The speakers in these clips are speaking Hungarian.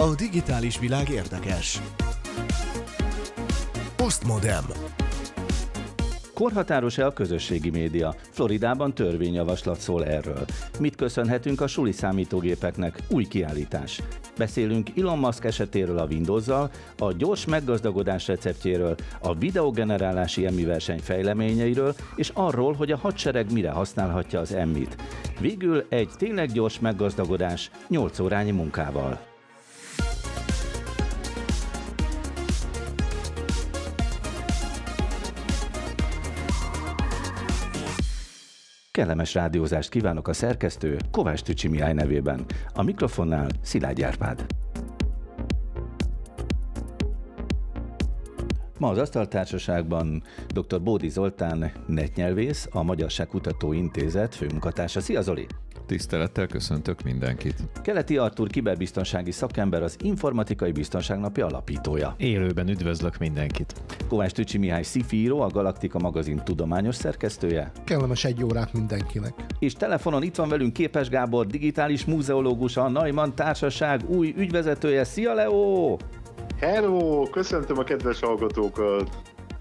A digitális világ érdekes. Postmodem. Korhatáros-e a közösségi média? Floridában törvényjavaslat szól erről. Mit köszönhetünk a suli számítógépeknek? Új kiállítás. Beszélünk Elon Musk esetéről a Windows-zal, a gyors meggazdagodás receptjéről, a videogenerálási Emmy verseny fejleményeiről, és arról, hogy a hadsereg mire használhatja az Emmyt. Végül egy tényleg gyors meggazdagodás 8 órányi munkával. Kellemes rádiózást kívánok a szerkesztő Kovács Tücsi Mihály nevében. A mikrofonnál Szilágy Árpád. Ma az Asztaltársaságban dr. Bódi Zoltán netnyelvész, a Magyarságkutató Intézet főmunkatársa. Szia Zoli! Tisztelettel köszöntök mindenkit. Keleti Artúr kiberbiztonsági szakember, az Informatikai Biztonság Napja alapítója. Élőben üdvözlök mindenkit. Kovács Tücsi Mihály sci-fi író, a Galaktika magazin tudományos szerkesztője. Kellemes egy órát mindenkinek. És telefonon itt van velünk Képes Gábor, digitális múzeológus, a Neumann Társaság új ügyvezetője. Szia Leo! Hello! Köszöntöm a kedves hallgatókat!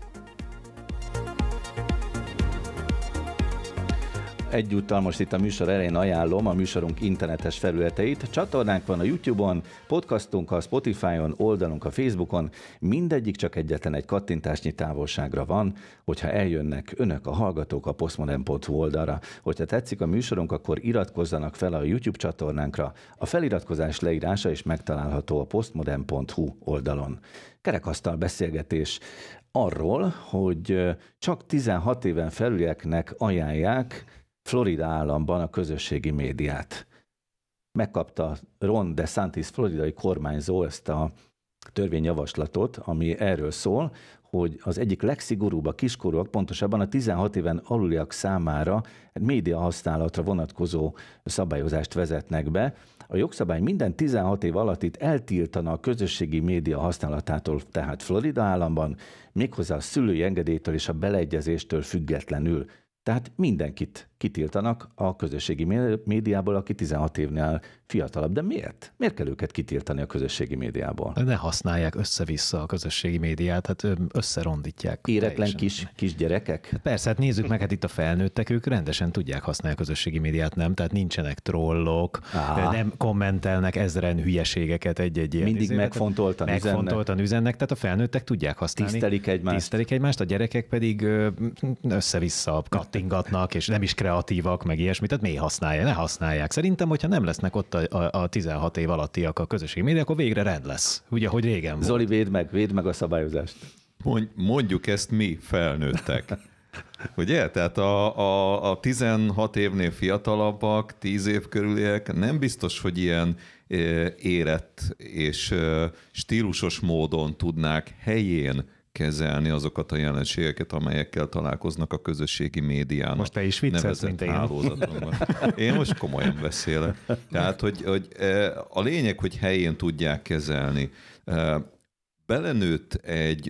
Egyúttal most itt a műsor elején ajánlom a műsorunk internetes felületeit. Csatornánk van a YouTube-on, podcastunk a Spotify-on, oldalunk a Facebookon. Mindegyik csak egyetlen egy kattintásnyi távolságra van, hogyha eljönnek önök a hallgatók a postmodern.hu oldalra. Hogyha tetszik a műsorunk, akkor iratkozzanak fel a YouTube csatornánkra. A feliratkozás leírása is megtalálható a postmodern.hu oldalon. Kerekasztal beszélgetés arról, hogy csak 16 éven felülieknek ajánlják Florida államban a közösségi médiát. Megkapta Ron DeSantis floridai kormányzó ezt a törvényjavaslatot, ami erről szól, hogy az egyik legszigorúbb a kiskorúak, pontosabban a 16 éven aluliak számára média használatra vonatkozó szabályozást vezetnek be. A jogszabály minden 16 év alatt itt eltiltana a közösségi média használatától, tehát Florida államban, méghozzá a szülői engedélytől és a beleegyezéstől függetlenül. Tehát mindenkit kitiltanak a közösségi médiából, aki 16 évnél fiatalabb. De miért? Miért kell őket kitiltani a közösségi médiából? Ne használják össze-vissza a közösségi médiát, hát összerondítják. Éretlen kis gyerekek? Persze, hát nézzük meg, hát itt a felnőttek, ők rendesen tudják használni a közösségi médiát, nem? Tehát nincsenek trollok, nem kommentelnek ezren hülyeségeket egy-egy ilyen. Mindig megfontoltan üzennek, tehát a felnőttek tudják használni. Tisztelik egymást, a gyerekek pedig össze-vissza kattingatnak, és nem is kreatívak, meg ilyesmit, tehát miért használják? Ne használják. Szerintem, hogyha nem lesznek ott a 16 év alattiak a közösségi média, akkor végre rend lesz. Ugye, ahogy régen volt. Zoli, védd meg a szabályozást. Mondjuk ezt mi felnőttek. Ugye? Tehát a 16 évnél fiatalabbak, 10 év körüliek nem biztos, hogy ilyen érett és stílusos módon tudnák helyén kezelni azokat a jelenségeket, amelyekkel találkoznak a közösségi médiának. Most te is viccelsz, mint én. Én most komolyan beszélek. Tehát, hogy a lényeg, hogy helyén tudják kezelni. Belenőtt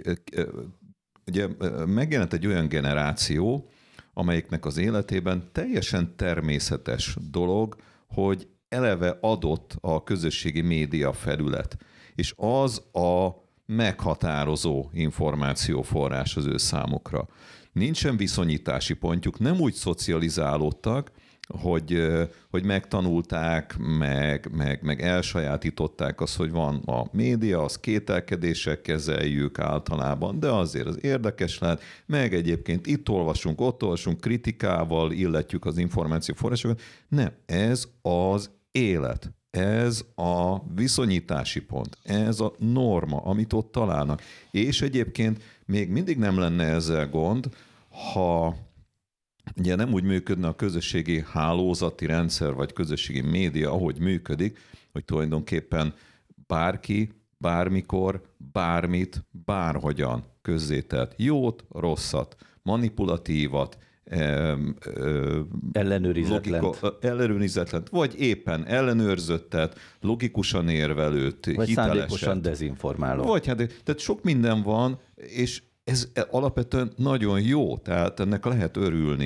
ugye megjelent egy olyan generáció, amelyiknek az életében teljesen természetes dolog, hogy eleve adott a közösségi média felület. És az a meghatározó információforrás az ő számukra. Nincsen viszonyítási pontjuk, nem úgy szocializálódtak, hogy megtanulták, meg elsajátították azt, hogy van a média, az kételkedéssel kezeljük általában, de azért az érdekes lehet, meg egyébként itt olvasunk, ott olvasunk, kritikával illetjük az információforrásokat. Nem, ez az élet. Ez a viszonyítási pont, ez a norma, amit ott találnak. És egyébként még mindig nem lenne ezzel gond, ha ugye nem úgy működne a közösségi hálózati rendszer, vagy közösségi média, ahogy működik, hogy tulajdonképpen bárki, bármikor, bármit, bárhogyan közzétett. Jót, rosszat, manipulatívat, ellenőrizetlent, vagy éppen ellenőrzöttet, logikusan érvelőt, vagy szándékosan dezinformáló. Vagy tehát sok minden van, és ez alapvetően nagyon jó, tehát ennek lehet örülni,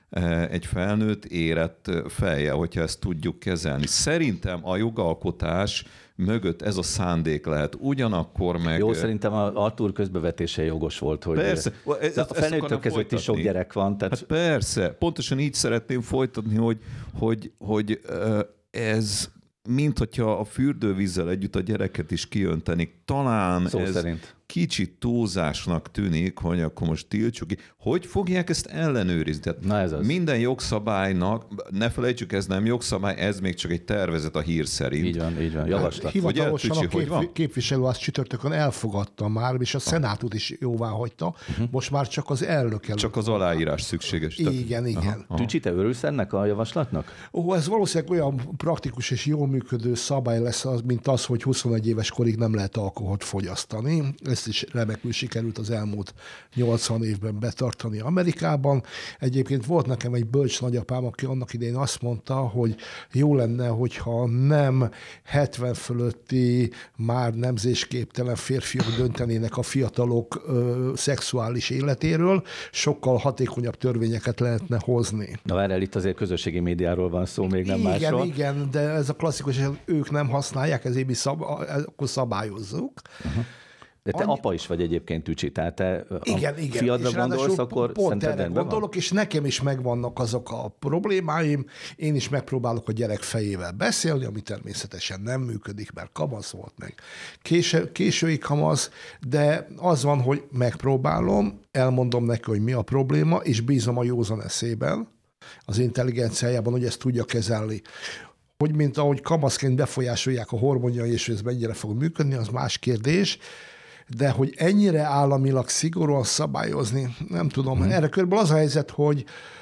egy felnőtt érett feje, hogyha ezt tudjuk kezelni. Szerintem a jogalkotás mögött ez a szándék lehet. Ugyanakkor meg... Jó, szerintem Artúr közbevetése jogos volt, hogy persze, a felnőttök között is sok gyerek van. Tehát... Hát persze, pontosan így szeretném folytatni, hogy ez mint hogyha a fürdővízzel együtt a gyereket is kiöntenik. Talán szó ez szerint kicsit túlzásnak tűnik, hogy akkor most tiltsuk ki. Hogy fogják ezt ellenőrizni? Na ez az. Minden jogszabálynak, ne felejtsük, ez nem jogszabály, ez még csak egy tervezet a hír szerint. Így van, javaslat. Hivatalosan a képviselő azt csütörtökön elfogadta már, és a szenátus is jóvá hagyta. Most már csak az elnök előtt. Csak az aláírás szükséges. Igen. Tücsi, te örülsz ennek a javaslatnak? Ez valószínűleg olyan praktikus és jól működő szabály lesz, mint az, hogy 21 éves korig nem lehet alkoholt fogyasztani. Ezt is remekül sikerült az elmúlt 80 évben betartani Amerikában. Egyébként volt nekem egy bölcs nagyapám, aki annak idején azt mondta, hogy jó lenne, hogyha nem 70 fölötti, már nemzésképtelen férfiak döntenének a fiatalok szexuális életéről, sokkal hatékonyabb törvényeket lehetne hozni. Na várjál, itt azért közösségi médiáról van szó, még nem másról. Igen, de ez a klasszikus, hogy ők nem használják, ezért mi akkor szabályozzuk. De te apa is vagy egyébként, Tücsi, tehát te igen. fiadra gondolsz, akkor pont erre gondolok, és nekem is megvannak azok a problémáim. Én is megpróbálok a gyerek fejével beszélni, ami természetesen nem működik, mert kamasz volt meg. Késői kamasz, de az van, hogy megpróbálom, elmondom neki, hogy mi a probléma, és bízom a józan eszében, az intelligenciájában, hogy ezt tudja kezelni. Hogy mint ahogy kamaszként befolyásolják a hormonjai, és ez mennyire fog működni, az más kérdés, de hogy ennyire államilag szigorúan szabályozni, nem tudom. Erre körülbelül az a helyzet, hogy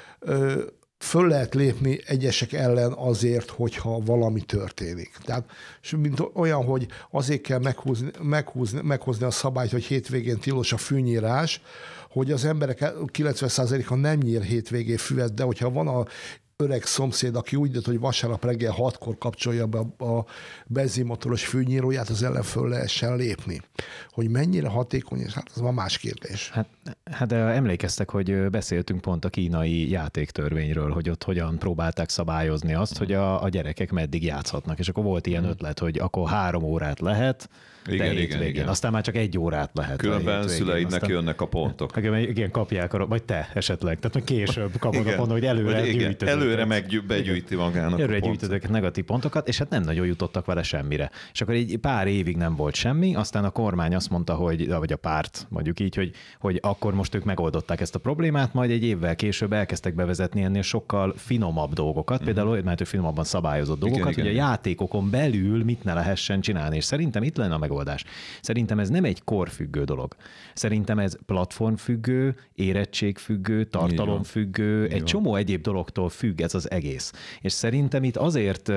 föl lehet lépni egyesek ellen azért, hogyha valami történik. Tehát mint olyan, hogy azért kell meghozni a szabályt, hogy hétvégén tilos a fűnyírás, hogy az emberek 90%-a nem nyír hétvégén füvet, de hogyha van a öreg szomszéd, aki úgy dönt, hogy vasárnap reggel 6-kor kapcsolja be a benzinmotoros fűnyíróját, az ellen föl lehessen lépni. Hogy mennyire hatékony, és hát az már más kérdés. Hát emlékeztek, hogy beszéltünk pont a kínai játéktörvényről, hogy ott hogyan próbálták szabályozni azt, hogy a gyerekek meddig játszhatnak. És akkor volt ilyen ötlet, hogy akkor 3 órát lehet, igen. Aztán már csak 1 órát lehet. Különben szüleidnek jönnek a pontok. Igen, kapják, vagy te esetleg. Tehát később kapod a pontot, hogy előre gyűjtöd. Előre begyűjti magának előre gyűjtöd negatív pontokat, és hát nem nagyon jutottak vele semmire. És akkor egy pár évig nem volt semmi, aztán a kormány azt mondta, vagy a párt, mondjuk így, hogy akkor most ők megoldották ezt a problémát, majd egy évvel később elkezdtek bevezetni ennél sokkal finomabb dolgokat, például mert ő finomabban szabályozott dolgokat, hogy a játékokon belül mit ne lehessen csinálni, és szerintem itt lenne a megoldás. Szerintem ez nem egy korfüggő dolog. Szerintem ez platformfüggő, érettségfüggő, tartalomfüggő, egy csomó egyéb dologtól függ ez az egész. És szerintem itt azért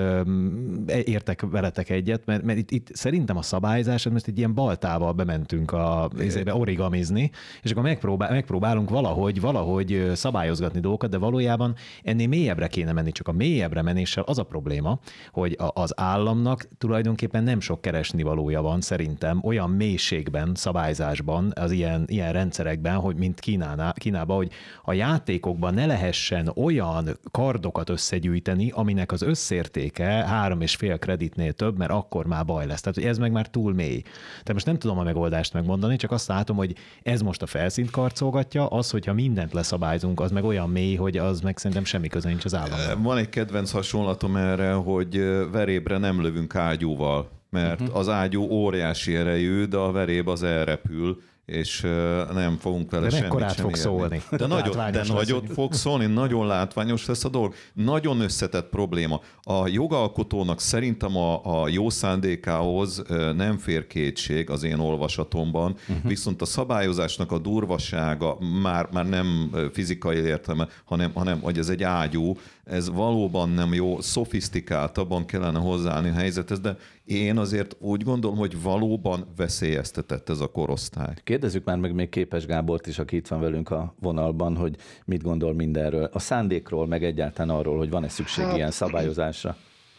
értek veletek egyet, mert itt szerintem a szabályzás, most egy ilyen baltával bementünk origamizni, és akkor megpróbálunk valahogy szabályozgatni dolgokat, de valójában ennél mélyebbre kéne menni, csak a mélyebbre menéssel az a probléma, hogy az államnak tulajdonképpen nem sok keresnivalója van szerintem olyan mélységben, szabályzásban, az ilyen rendszerekben, hogy mint Kínában, hogy a játékokban ne lehessen olyan kardokat összegyűjteni, aminek az összértéke 3,5 kreditnél több, mert akkor már baj lesz. Tehát, hogy ez meg már túl mély. Tehát most nem tudom a megoldást megmondani, csak azt látom, hogy ez most a felszínt karcolgatja, az, hogyha mindent leszabályzunk, az meg olyan mély, hogy az meg szerintem semmi köze nincs az államnak. Van egy kedvenc hasonlatom erre, hogy verébre nem lövünk ágyúval, mert az ágyú óriási erejű, de a veréb az elrepül, és nem fogunk vele semmit sem fog szólni. De nagyot fog szólni, nagyon látványos lesz a dolog. Nagyon összetett probléma. A jogalkotónak szerintem a jó szándékához nem fér kétség az én olvasatomban, viszont a szabályozásnak a durvasága már nem fizikai értelme, hanem hogy ez egy ágyú, ez valóban nem jó, szofisztikáltabban kellene hozzáállni a helyzethez, de én azért úgy gondolom, hogy valóban veszélyeztetett ez a korosztály. Kérdezzük már meg még Képes Gábort is, aki itt van velünk a vonalban, hogy mit gondol mindenről. A szándékról, meg egyáltalán arról, hogy van-e szükség ilyen szabályozásra?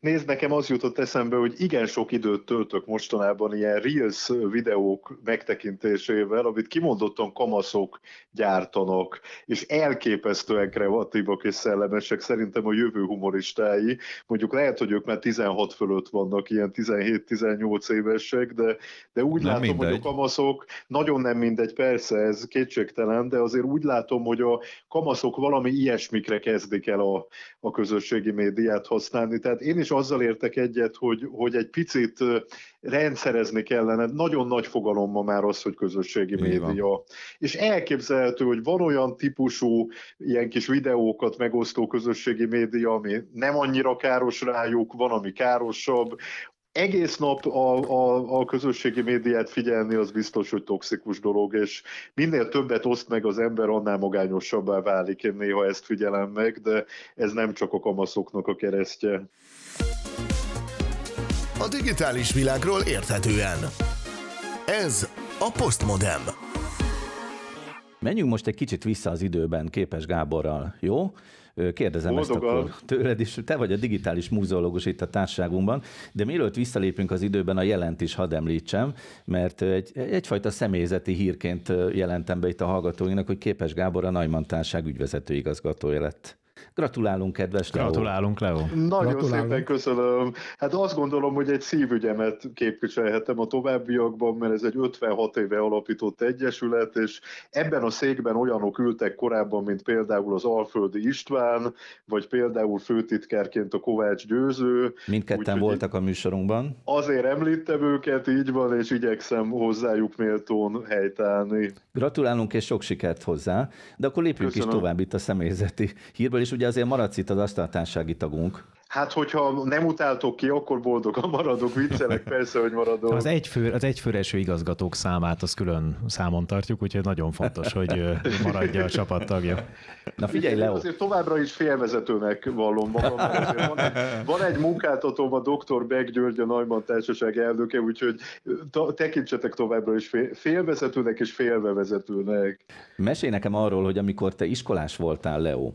Nézd, nekem az jutott eszembe, hogy igen sok időt töltök mostanában ilyen Reels videók megtekintésével, amit kimondottan kamaszok gyártanak, és elképesztően kreatívak és szellemesek, szerintem a jövő humoristái. Mondjuk lehet, hogy ők már 16 fölött vannak, ilyen 17-18 évesek, de úgy nem látom, mindegy. Hogy a kamaszok, nagyon nem mindegy, persze, ez kétségtelen, de azért úgy látom, hogy a kamaszok valami ilyesmikre kezdik el a közösségi médiát használni. Tehát én is azzal értek egyet, hogy egy picit rendszerezni kellene. Nagyon nagy fogalom ma már az, hogy közösségi média. És elképzelhető, hogy van olyan típusú ilyen kis videókat megosztó közösségi média, ami nem annyira káros rájuk, van, ami károsabb. Egész nap a közösségi médiát figyelni, az biztos, hogy toxikus dolog, és minél többet oszt meg az ember, annál magányosabbá válik. Én néha ezt figyelem meg, de ez nem csak a kamaszoknak a keresztje. A digitális világról érthetően. Ez a Postmodem. Menjünk most egy kicsit vissza az időben Képes Gáborral, jó? Kérdezem Boldogan. ezt akkor tőled is. Te vagy a digitális múzeológus itt a társaságunkban, de mielőtt visszalépünk az időben, a jelent is hadd említsem, mert egyfajta személyzeti hírként jelentem be itt a hallgatóinknak, hogy Képes Gábor a Neumann Társaság ügyvezető igazgatója lett. Gratulálunk, kedves Leo! Gratulálunk, Leo! Nagyon szépen köszönöm. Hát azt gondolom, hogy egy szívügyemet képviselhetem a továbbiakban, mert ez egy 56 éve alapított egyesület, és ebben a székben olyanok ültek korábban, mint például az Alföldi István, vagy például főtitkárként a Kovács Győző. Mindketten voltak a műsorunkban. Azért említem őket, így van, és igyekszem hozzájuk méltón helytállni. Gratulálunk, és sok sikert hozzá, de akkor lépjünk is tovább itt a személyzeti hírből, és ugye azért maradsz itt az asztaltársági tagunk. Hát, hogyha nem utáltok ki, akkor boldogan maradok, viccelek, persze, hogy maradok. Az egyfőre eső igazgatók számát az külön számon tartjuk, úgyhogy nagyon fontos, hogy maradja a csapattagja. Na figyelj, Leo! Azért továbbra is félvezetőnek vallom magam. Van egy munkáltatóm, a Dr. Beck György, a Neumann Társaság elnöke, úgyhogy tekintsetek továbbra is félvezetőnek és félvevezetőnek. Mesélj nekem arról, hogy amikor te iskolás voltál, Leo,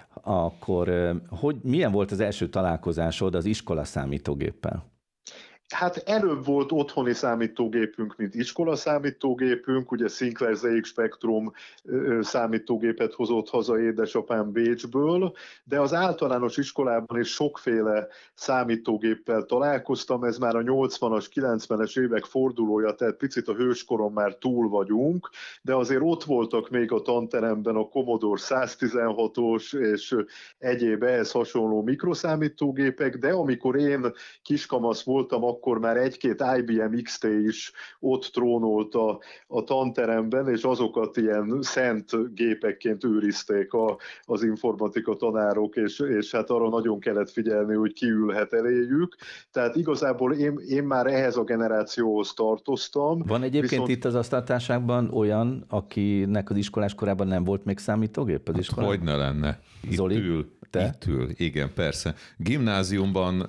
akkor milyen volt az első találkozásod az iskola számítógéppel? Hát előbb volt otthoni számítógépünk, mint iskola számítógépünk, ugye Sinclair ZX Spectrum számítógépet hozott haza édesapám Bécsből, de az általános iskolában is sokféle számítógéppel találkoztam, ez már a 80-as, 90-es évek fordulója, tehát picit a hőskoron már túl vagyunk, de azért ott voltak még a tanteremben a Commodore 116-os és egyéb ehhez hasonló mikroszámítógépek, de amikor én kiskamasz voltam, akkor már egy-két IBM XT is ott trónolt a tanteremben, és azokat ilyen szent gépekként őrizték az informatika tanárok, és hát arra nagyon kellett figyelni, hogy ki ülhet eléjük. Tehát igazából én már ehhez a generációhoz tartoztam. Van egyébként itt az asztaltárságban olyan, akinek az iskolás korában nem volt még számítógép az iskolában? Hogyne lenne. Zoli? Itt ül, igen, persze. Gimnáziumban,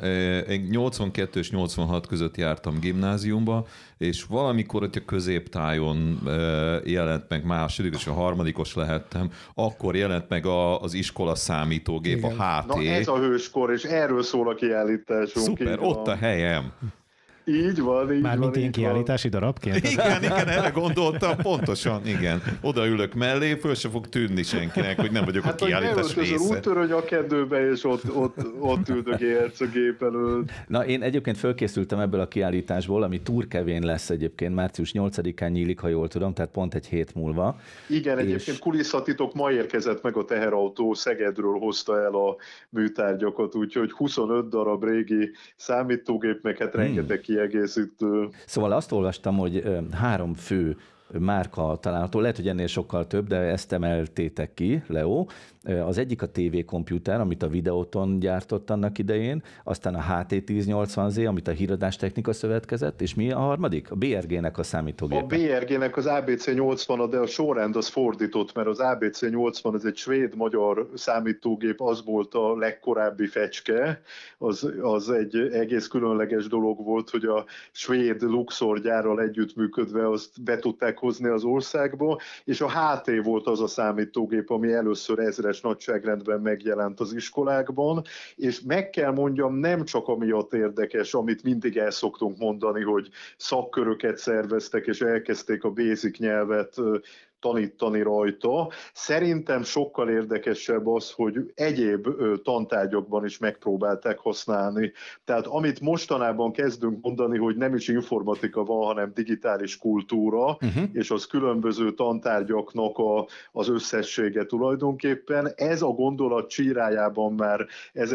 82 és 86 között jártam gimnáziumba, és valamikor, hogyha középtájon jelent meg második, és a harmadikos lehettem, akkor jelent meg az iskola számítógép, igen. A HT. Na ez a hőskor, és erről szól a kiállításunk. Szuper, ott a helyem. Így van, így Mármint ilyen kiállítási darabként? Igen, erre gondoltam, pontosan, igen. Oda ülök mellé, föl se fog tűnni senkinek, hogy nem vagyok a kiállítás része. Hát, úttöröny a kedőbe, és ott üldögélhetsz a gép előtt. Na, én egyébként fölkészültem ebből a kiállításból, ami Turkevén lesz egyébként, március 8-án nyílik, ha jól tudom, tehát pont egy hét múlva. Igen, egyébként kulisszatitok, ma érkezett meg a teherautó, Szegedről hozta el a műtárgyakat, úgyhogy 25 darab régi számítógép, meg hát rengeteg kiegészítő. Szóval azt olvastam, hogy 3 fő márka található, lehet, hogy ennél sokkal több, de ezt emeltétek ki, Leo. Az egyik a TV komputer, amit a Videoton gyártott annak idején, aztán a HT1080Z, amit a Híradás Technika Szövetkezett, és mi a harmadik? A BRG-nek a számítógépe. A BRG-nek az ABC80, de a sorrend az fordított, mert az ABC80 ez egy svéd-magyar számítógép, az volt a legkorábbi fecske, az egy egész különleges dolog volt, hogy a svéd Luxor gyárral együttműködve azt be tudták hozni az országba, és a HT volt az a számítógép, ami először 1000-es nagyságrendben megjelent az iskolákban, és meg kell mondjam, nem csak amiatt érdekes, amit mindig el szoktunk mondani, hogy szakköröket szerveztek, és elkezdték a basic nyelvet tanítani rajta. Szerintem sokkal érdekesebb az, hogy egyéb tantárgyakban is megpróbálták használni. Tehát amit mostanában kezdünk mondani, hogy nem is informatika van, hanem digitális kultúra, és az különböző tantárgyaknak az összessége tulajdonképpen. Ez a gondolat csírájában már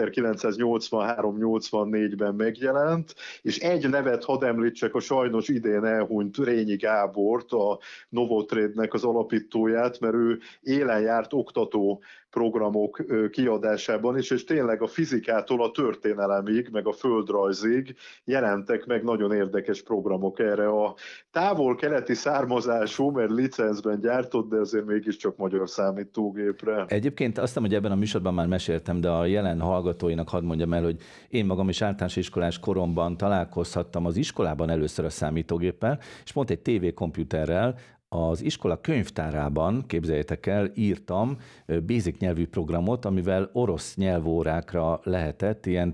1983-84-ben megjelent, és egy nevet hadd említsek, a sajnos idén elhunyt Rényi Gábort, a Novotrade-nek az alapítóját, mert ő élen járt oktató programok kiadásában is, és tényleg a fizikától a történelemig, meg a földrajzig jelentek meg nagyon érdekes programok erre a távol-keleti származású, mert licencben gyártott, de azért mégiscsak magyar számítógépre. Egyébként azt hiszem, hogy ebben a műsorban már meséltem, de a jelen hallgatóinak hadd mondjam el, hogy én magam is általános iskolás koromban találkozhattam az iskolában először a számítógéppel, és pont egy tévékomputerrel, az iskola könyvtárában, képzeljétek el, írtam basic nyelvű programot, amivel orosz nyelvórákra lehetett ilyen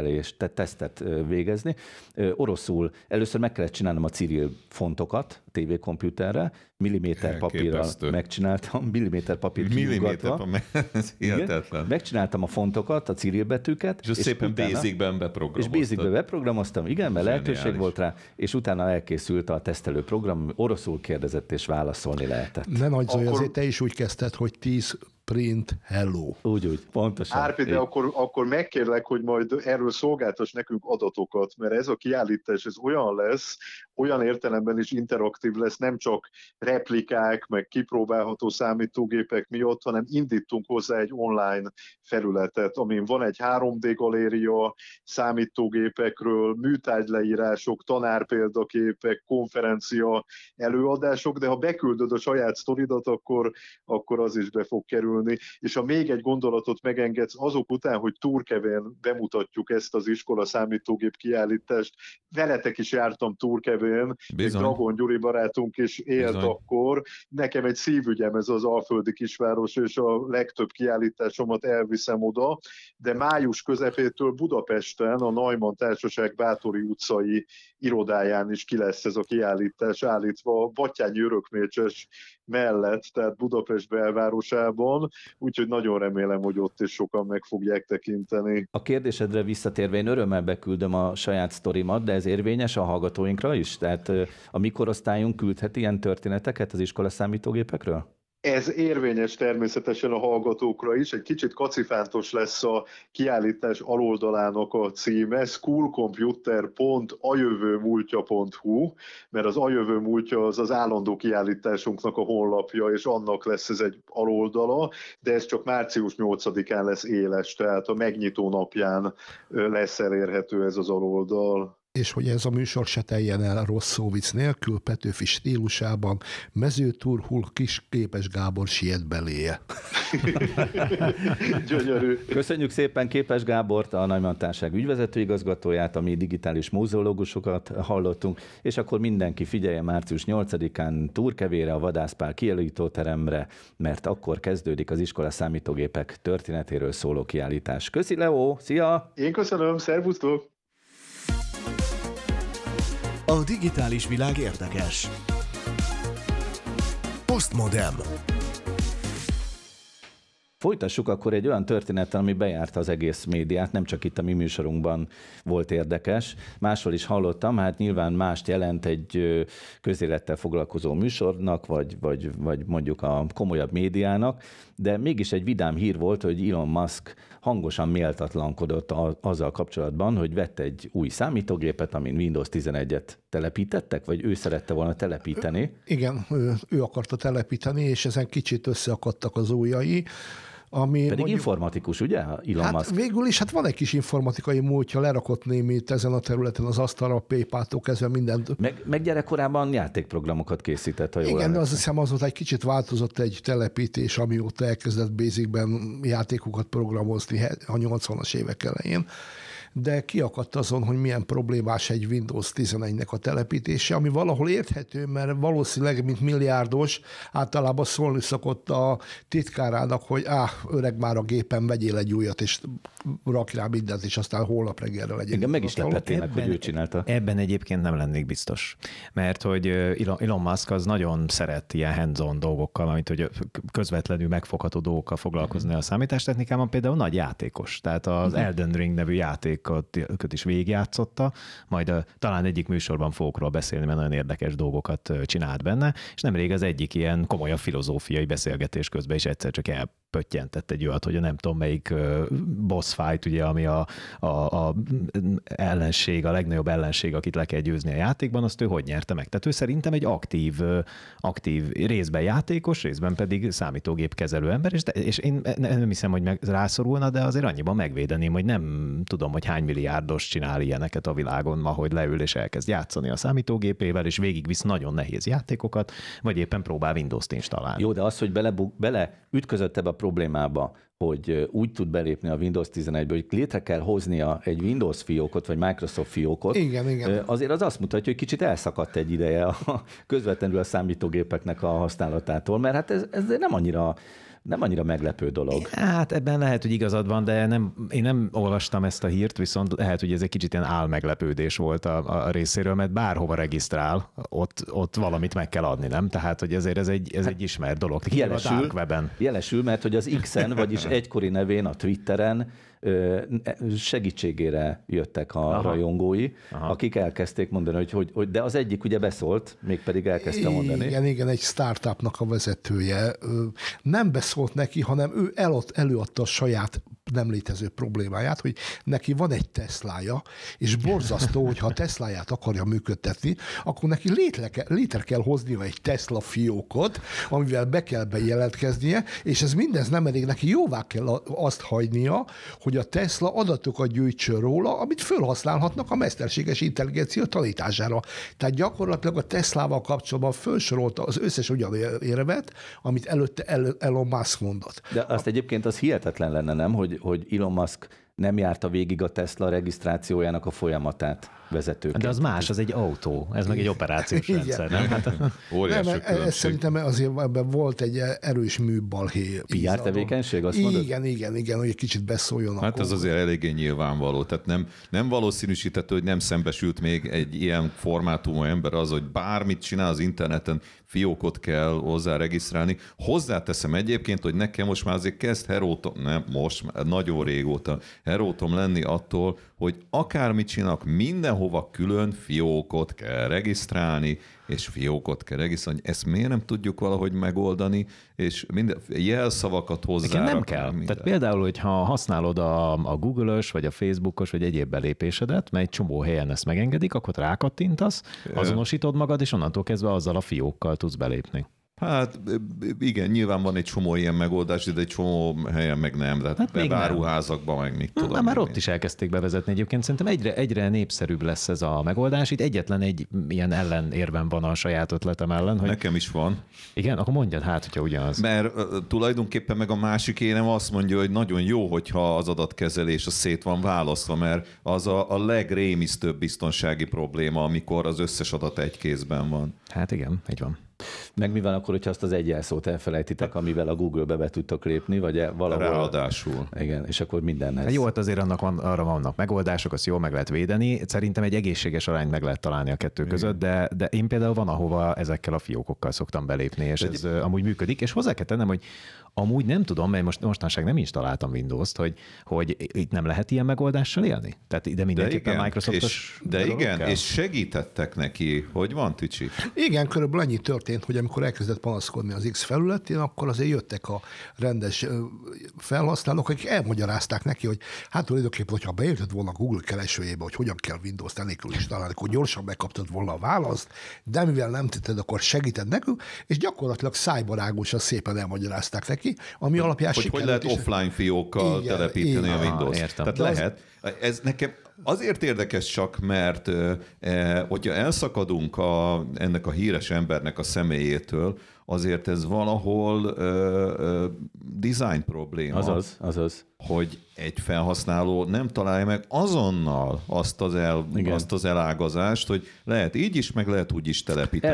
tesztet végezni. Oroszul először meg kellett csinálnom a Cyril fontokat tévékomputerre, milliméter papírral megcsináltam, milliméter papír kiugatva. Ez hihetetlen. Megcsináltam a fontokat, a Cyril betűket. És szépen Basicben beprogramoztad. És Basicben beprogramoztam, igen, mert lehetőség volt rá, és utána elkészült a tesztelő program, oroszul kérdezett és válaszolni lehetett. Ne nagyzolj, azért te is úgy kezdted, hogy 10 print hello. Úgy, pontosan. Árpi, de akkor megkérlek, hogy majd erről szolgáltass nekünk adatokat, mert ez a kiállítás, ez olyan lesz, olyan értelemben is interaktív lesz, nem csak replikák, meg kipróbálható számítógépek miatt, hanem indítunk hozzá egy online felületet, amin van egy 3D galéria számítógépekről, műtárgyleírások, tanárpéldaképek, konferencia előadások, de ha beküldöd a saját sztoridat, akkor az is be fog kerülni. És ha még egy gondolatot megengedsz, azok után, hogy Turkevén bemutatjuk ezt az iskola számítógép kiállítást, veletek is jártam Turkevén, Dragon Gyuri barátunk is élt akkor. Nekem egy szívügyem ez az alföldi kisváros, és a legtöbb kiállításomat elviszem oda, de május közepétől Budapesten a Neumann Társaság Bátori utcai irodáján is ki lesz ez a kiállítás állítva, Batthyány Örökmécses mellett, tehát Budapest belvárosában, úgyhogy nagyon remélem, hogy ott is sokan meg fogják tekinteni. A kérdésedre visszatérve, én örömmel beküldöm a saját sztorimat, de ez érvényes a hallgatóinkra is? Tehát a mi korosztályunk küldhet ilyen történeteket az iskola számítógépekről? Ez érvényes természetesen a hallgatókra is, egy kicsit kacifántos lesz a kiállítás aloldalának a címe, schoolcomputer.ajövőmúltja.hu, mert az ajövőmúltja az állandó kiállításunknak a honlapja, és annak lesz ez egy aloldala, de ez csak március 8-án lesz éles, tehát a megnyitó napján lesz elérhető ez az aloldal. És hogy ez a műsor se teljen el rossz szóvic nélkül, Petőfi stílusában, mezőturhul kis Képes Gábor siet beléje. Gyönyörű. Köszönjük szépen Képes Gábort, a Neumann Társaság ügyvezető igazgatóját, a mi digitális múzeológusokat hallottunk, és akkor mindenki figyelje március 8-án Turkevére, a Vadász Pál kiállítóteremre, mert akkor kezdődik az iskola számítógépek történetéről szóló kiállítás. Köszi, Leo! Szia! Én köszönöm, szervusztok! A digitális világ érdekes. Postmodem. Folytassuk akkor egy olyan történettel, ami bejárta az egész médiát, nem csak itt a mi műsorunkban volt érdekes. Máshol is hallottam, hát nyilván mást jelent egy közélettel foglalkozó műsornak, vagy mondjuk a komolyabb médiának, de mégis egy vidám hír volt, hogy Elon Musk hangosan méltatlankodott azzal kapcsolatban, hogy vett egy új számítógépet, amin Windows 11-et telepítettek, vagy ő szerette volna telepíteni. Igen, ő akarta telepíteni, és ezen kicsit összeakadtak az ujjai. Pedig informatikus, ugye, Elon Musk? Végül is van egy kis informatikai múltja, lerakott némit ezen a területen az asztalra, PayPal-tól kezdve mindent. Meg gyerekkorában játékprogramokat készített, ha jól Igen, emlékszem. azt hiszem azóta egy kicsit változott egy telepítés, amióta elkezdett Basicben játékokat programozni a 80-as évek elején. de kiakadt azon, hogy milyen problémás egy Windows 11-nek a telepítése, ami valahol érthető, mert valószínűleg, mint milliárdos, általában szólni szokott a titkárának, hogy öreg már a gépen, vegyél egy újat, és rakj rá mindent, és aztán holnap reggelre legyen. Igen, meg is lepettének, hogy ő csinálta. Ebben egyébként nem lennék biztos. Mert hogy Elon Musk az nagyon szeret ilyen hands-on dolgokkal, mint hogy közvetlenül megfogható dolgokkal foglalkozni a számítástechnikában, például nagy játékos. Tehát az Elden Ring nevű játékot is végigjátszotta, majd talán egyik műsorban fogok róla beszélni, mert nagyon érdekes dolgokat csinált benne, és nemrég az egyik ilyen komolyabb filozófiai beszélgetés közben is egyszer csak elpöttyentett egy olyat, hogy a nem tudom melyik boss fight, ugye, ami a ellenség, a legnagyobb ellenség, akit le kell győzni a játékban, azt ő hogy nyerte meg. Tehát ő szerintem egy aktív részben játékos, részben pedig számítógép kezelő ember, és én nem hiszem, hogy rászorulna, de azért annyiban megvédeném, hogy nem tudom, hogy hány milliárdos csinál ilyeneket a világon ma, hogy leül és elkezd játszani a számítógépével, és végigvisz nagyon nehéz játékokat, vagy éppen próbál Windows-t installálni. Jó, de az, hogy bele ütközött ebbe a problémába, hogy úgy tud belépni a Windows 11-ből, hogy létre kell hoznia egy Windows fiókot, vagy Microsoft fiókot, igen. Azért az azt mutatja, hogy kicsit elszakadt egy ideje közvetlenül a számítógépeknek a használatától, mert hát ez nem annyira meglepő dolog. Hát ebben lehet, hogy igazad van, de én nem olvastam ezt a hírt, viszont lehet, hogy ez egy kicsit ilyen álmeglepődés volt a részéről, mert bárhova regisztrál, ott valamit meg kell adni, nem? Tehát, hogy ezért ez egy ismert dolog. Jelesül, mert hogy az X-en, vagyis egykori nevén a Twitteren segítségére jöttek a rajongói, akik elkezdték mondani, hogy de az egyik ugye beszólt, mégpedig elkezdte mondani. Igen, egy startupnak a vezetője nem beszólt neki, hanem ő előadta a saját nem létező problémáját, hogy neki van egy Teslája, és borzasztó, hogyha a Tesláját akarja működtetni, akkor neki létre kell hoznia egy Tesla fiókot, amivel be kell bejelentkeznie, és ez mindez nem elég, neki jóvá kell azt hagynia, hogy a Tesla adatokat gyűjtsön róla, amit felhasználhatnak a mesterséges intelligencia tanítására. Tehát gyakorlatilag a Teslával kapcsolatban felsorolta az összes ugyanérvet, amit előtte Elon Musk mondott. De azt egyébként az hihetetlen lenne, nem, hogy Elon Musk nem járta végig a Tesla regisztrációjának a folyamatát vezetőként. De az más, az egy autó, ez meg egy operációs rendszer, nem? Hát, szerintem azért ebben volt egy erős műbalhé. PR tevékenység, azt mondod? Igen, hogy egy kicsit beszóljon. Hát ez azért eléggé nyilvánvaló. Tehát nem valószínűsíthető, hogy nem szembesült még egy ilyen formátumú ember az, hogy bármit csinál az interneten, fiókot kell hozzá regisztrálni. Hozzáteszem egyébként, hogy nekem most már azért kezd nagyon régóta herótom lenni attól, hogy akármit csinálok, mindenhova külön fiókot kell regisztrálni, és fiókot kell regisztrálni. Ezt miért nem tudjuk valahogy megoldani, és minden jelszavakat hozzá. Nem kell. Tehát például, hogyha használod a Google-ös, vagy a Facebook-os, vagy egyéb belépésedet, mert egy csomó helyen ezt megengedik, akkor rákattintasz, azonosítod magad, és onnantól kezdve azzal a fiókkal tudsz belépni. Hát igen, nyilván van egy csomó ilyen megoldás, de egy csomó helyen meg nem. Tehát bebáruházakban meg mit tudom. Már ott is elkezdték bevezetni egyébként. Szerintem egyre népszerűbb lesz ez a megoldás. Itt egyetlen egy ilyen ellenérvem van a saját ötletem ellen. Hogy... Nekem is van. Igen? Akkor mondjad hogyha ugyanaz. Mert tulajdonképpen meg a másik énem azt mondja, hogy nagyon jó, hogyha az adatkezelés szét van választva, mert az a legrémisztőbb biztonsági probléma, amikor az összes adat egy kézben van. Hát igen, így van. Meg mi van akkor, hogyha azt az egy jelszót elfelejtitek, amivel a Google-be be tudtok lépni, vagy valahol... Ráadásul. Igen, és akkor mindenhez. Hát jó, hát azért arra vannak megoldások, azt jól meg lehet védeni. Szerintem egy egészséges arányt meg lehet találni a kettő között, de én például van, ahova ezekkel a fiókokkal szoktam belépni, és ez amúgy működik, és hozzá kell tennem, hogy amúgy nem tudom, mert mostanság nem installáltam Windows-t, hogy itt nem lehet ilyen megoldással élni? Tehát ide mindenképpen Microsoftos... És segítettek neki. Hogy van, Tücsi? Igen, körülbelül annyi történt, hogy amikor elkezdett panaszkodni az X felületén, akkor azért jöttek a rendes felhasználók, akik elmagyarázták neki, hogy hát tulajdonképpen, hogyha beérted volna a Google keresőjébe, hogy hogyan kell Windows-t enélkül installálni, akkor gyorsan megkaptad volna a választ, de mivel nem tetted, akkor segíted nekünk, és gyakorlatilag szájbarágosan szépen elmagyarázták neki, ami alapján hogy lehet offline fiókkal telepíteni a Windows-t. Értem. Tehát lehet. Ez nekem Azért érdekes csak, mert hogyha elszakadunk ennek a híres embernek a személyétől, azért ez valahol design probléma. Azaz. Hogy egy felhasználó nem találja meg azonnal azt az elágazást, hogy lehet így is, meg lehet úgy is telepíteni.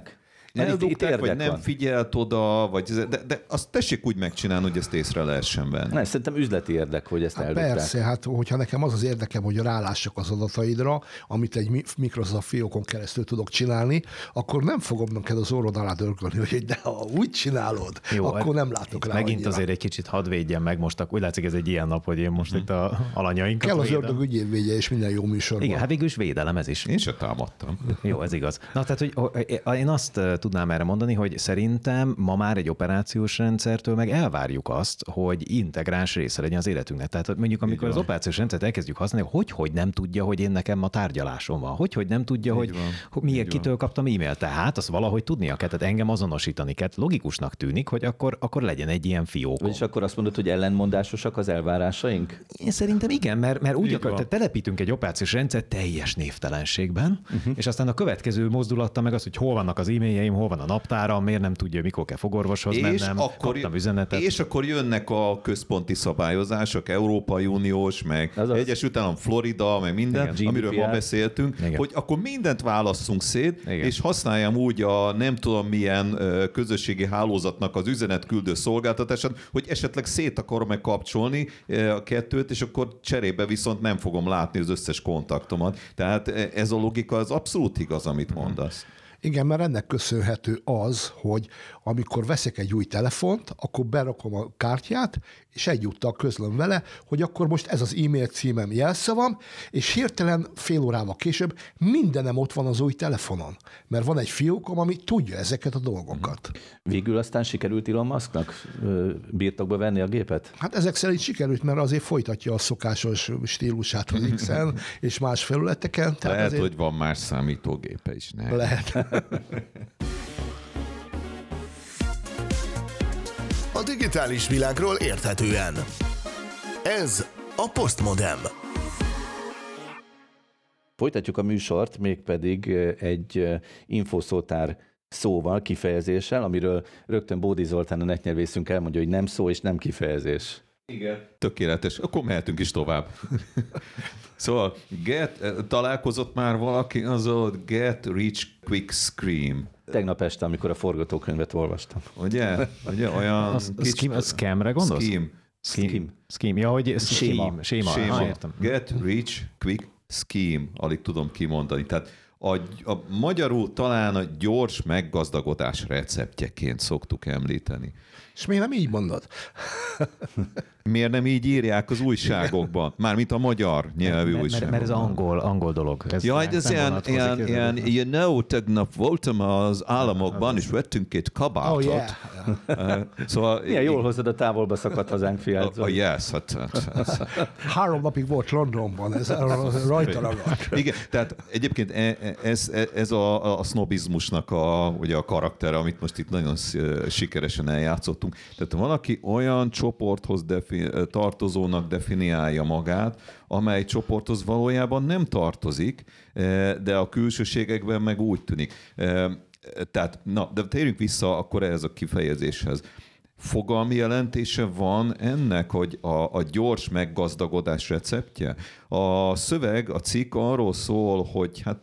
Eldugták, vagy nem figyelt oda, de azt tessék úgy megcsinálni, hogy ezt észre lehessen venni. Nem, szerintem üzleti érdek, hogy ezt eldugták. Persze, hát hogyha nekem az érdekem, hogy rálássak az adataidra, amit egy Microsoft fiókon keresztül tudok csinálni, akkor nem fogom neked az orrod alá dörgölni, hogy de ha úgy csinálod, jó, akkor nem látok rá. Megint azért egy kicsit hadd védjem meg most, úgy látszik ez egy ilyen nap, hogy én most itt a alanyainkat kell védem. az ördög ügyér és minden jó műsorban. Igen, hát végül is védelem ez is. Én se támadtam. Jó, ez igaz. Na, tehát, hogy én azt tudnám erre mondani, hogy szerintem ma már egy operációs rendszertől meg elvárjuk azt, hogy integráns része legyen az életünknek. Tehát mondjuk, amikor az operációs rendszert elkezdjük használni, hogy nem tudja, hogy én nekem ma tárgyalásom van, hogy nem tudja, hogy miért kitől kaptam e-mailt. Tehát azt valahogy tudnia kell, tehát engem azonosítani kell. Logikusnak tűnik, hogy akkor legyen egy ilyen fiók. És akkor azt mondod, hogy ellentmondásosak az elvárásaink? Én szerintem igen, mert úgy telepítünk egy operációs rendszer teljes névtelenségben, és aztán a következő mozdulatta meg az, hogy hol vannak az e-mailjeim, hol van a naptáram, miért nem tudja, mikor kell fogorvoshoz mennem, kaptam üzenetet. És akkor jönnek a központi szabályozások, Európai Uniós, meg Egyesült Állam, Florida, meg minden, igen, amiről ma beszéltünk, igen, hogy akkor mindent válasszunk szét, igen, és használjam úgy a nem tudom milyen közösségi hálózatnak az üzenetküldő szolgáltatását, hogy esetleg szét akarom megkapcsolni a kettőt, és akkor cserébe viszont nem fogom látni az összes kontaktomat. Tehát ez a logika az abszolút igaz, amit mondasz. Igen, mert ennek köszönhető az, hogy amikor veszek egy új telefont, akkor berakom a kártyát, és egyúttal közlöm vele, hogy akkor most ez az e-mail címem, jelszavam, és hirtelen fél órával később mindenem ott van az új telefonon, mert van egy fiókom, ami tudja ezeket a dolgokat. Végül aztán sikerült Elon Musknak birtokba venni a gépet? Hát ezek szerint sikerült, mert azért folytatja a szokásos stílusát az X-en és más felületeken. Lehet, azért... hogy van más számítógépe is. Ne? Lehet. A digitális világról érthetően. Ez a Postmodem. Folytatjuk a műsort, mégpedig egy infószótár szóval, kifejezéssel, amiről rögtön Bódi Zoltán, a netnyelvészünk elmondja, hogy nem szó és nem kifejezés. Igen. Tökéletes. Akkor mehetünk is tovább. Szóval találkozott már valaki azzal, Get Rich Quick Scream. Tegnap este, amikor a forgatókönyvet olvastam. Ugye olyan... A scamre gondolsz? Scheme. Ja, hogy séma. Értem. Get Rich Quick Scheme. Alig tudom kimondani. Tehát a magyarul talán a gyors meggazdagodás receptjeként szoktuk említeni. És miért nem így mondod? Miért nem így írják az újságokban? Mármint a magyar nyelvű újságokban. Mert ez angol dolog. Ez ilyen, tegnap voltam az államokban, és vettünk két kabátot. Oh, yeah. Szóval, milyen jól hozod a távolba szakadt hazánk fiát. Yes, 3 napig volt Londonban, ez rajta ragadt. Igen, tehát egyébként ez a sznobizmusnak ugye a karaktere, amit most itt nagyon sikeresen eljátszottunk. Tehát valaki olyan csoporthoz tartozónak definiálja magát, amely csoporthoz valójában nem tartozik, de a külsőségekben meg úgy tűnik. Tehát, de térjünk vissza akkor ehhez a kifejezéshez. Fogalmi jelentése van ennek, hogy a gyors meggazdagodás receptje? A szöveg, a cikk arról szól, hogy hát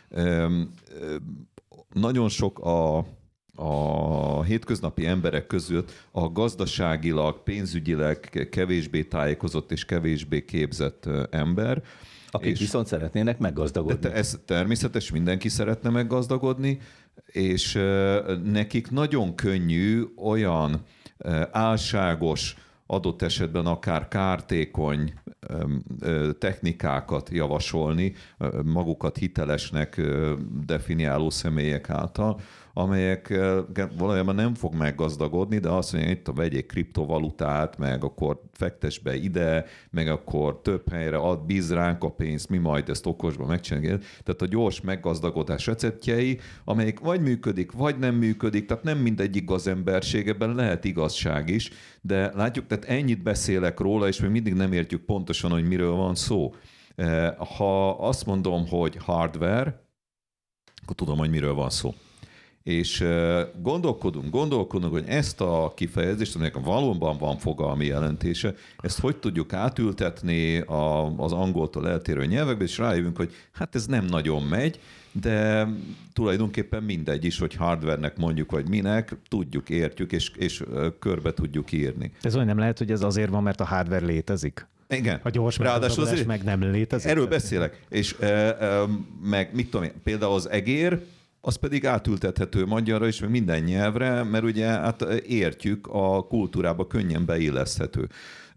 nagyon sok a hétköznapi emberek között a gazdaságilag, pénzügyileg kevésbé tájékozott és kevésbé képzett ember. Akik viszont szeretnének meggazdagodni. Ez természetes, mindenki szeretne meggazdagodni, és nekik nagyon könnyű olyan álságos, adott esetben akár kártékony technikákat javasolni, magukat hitelesnek definiáló személyek által, amelyek valójában nem fog meggazdagodni, de azt mondja, itt vegyék kriptovalutát, meg akkor fektess be ide, meg akkor több helyre bíz ránk a pénzt, mi majd ezt okosban megcsináljuk. Tehát a gyors meggazdagodás receptjei, amelyik vagy működik, vagy nem működik, tehát nem mindegyik gazemberség, ebben lehet igazság is, de látjuk, tehát ennyit beszélek róla, és még mindig nem értjük pontosan, hogy miről van szó. Ha azt mondom, hogy hardware, akkor tudom, hogy miről van szó. És gondolkodunk, hogy ezt a kifejezést, aminek valóban van fogalmi jelentése, ezt hogy tudjuk átültetni az angoltól eltérő nyelvekbe, és rájövünk, hogy hát ez nem nagyon megy, de tulajdonképpen mindegy is, hogy hardware-nek mondjuk, vagy minek, tudjuk, értjük, és körbe tudjuk írni. Ez olyan nem lehet, hogy ez azért van, mert a hardware létezik? Igen. A gyors megoldás meg nem létezik? Erről beszélek. És meg mit tudom én, például az egér, az pedig átültethető magyarra is, meg minden nyelvre, mert ugye hát értjük, a kultúrába könnyen beilleszthető.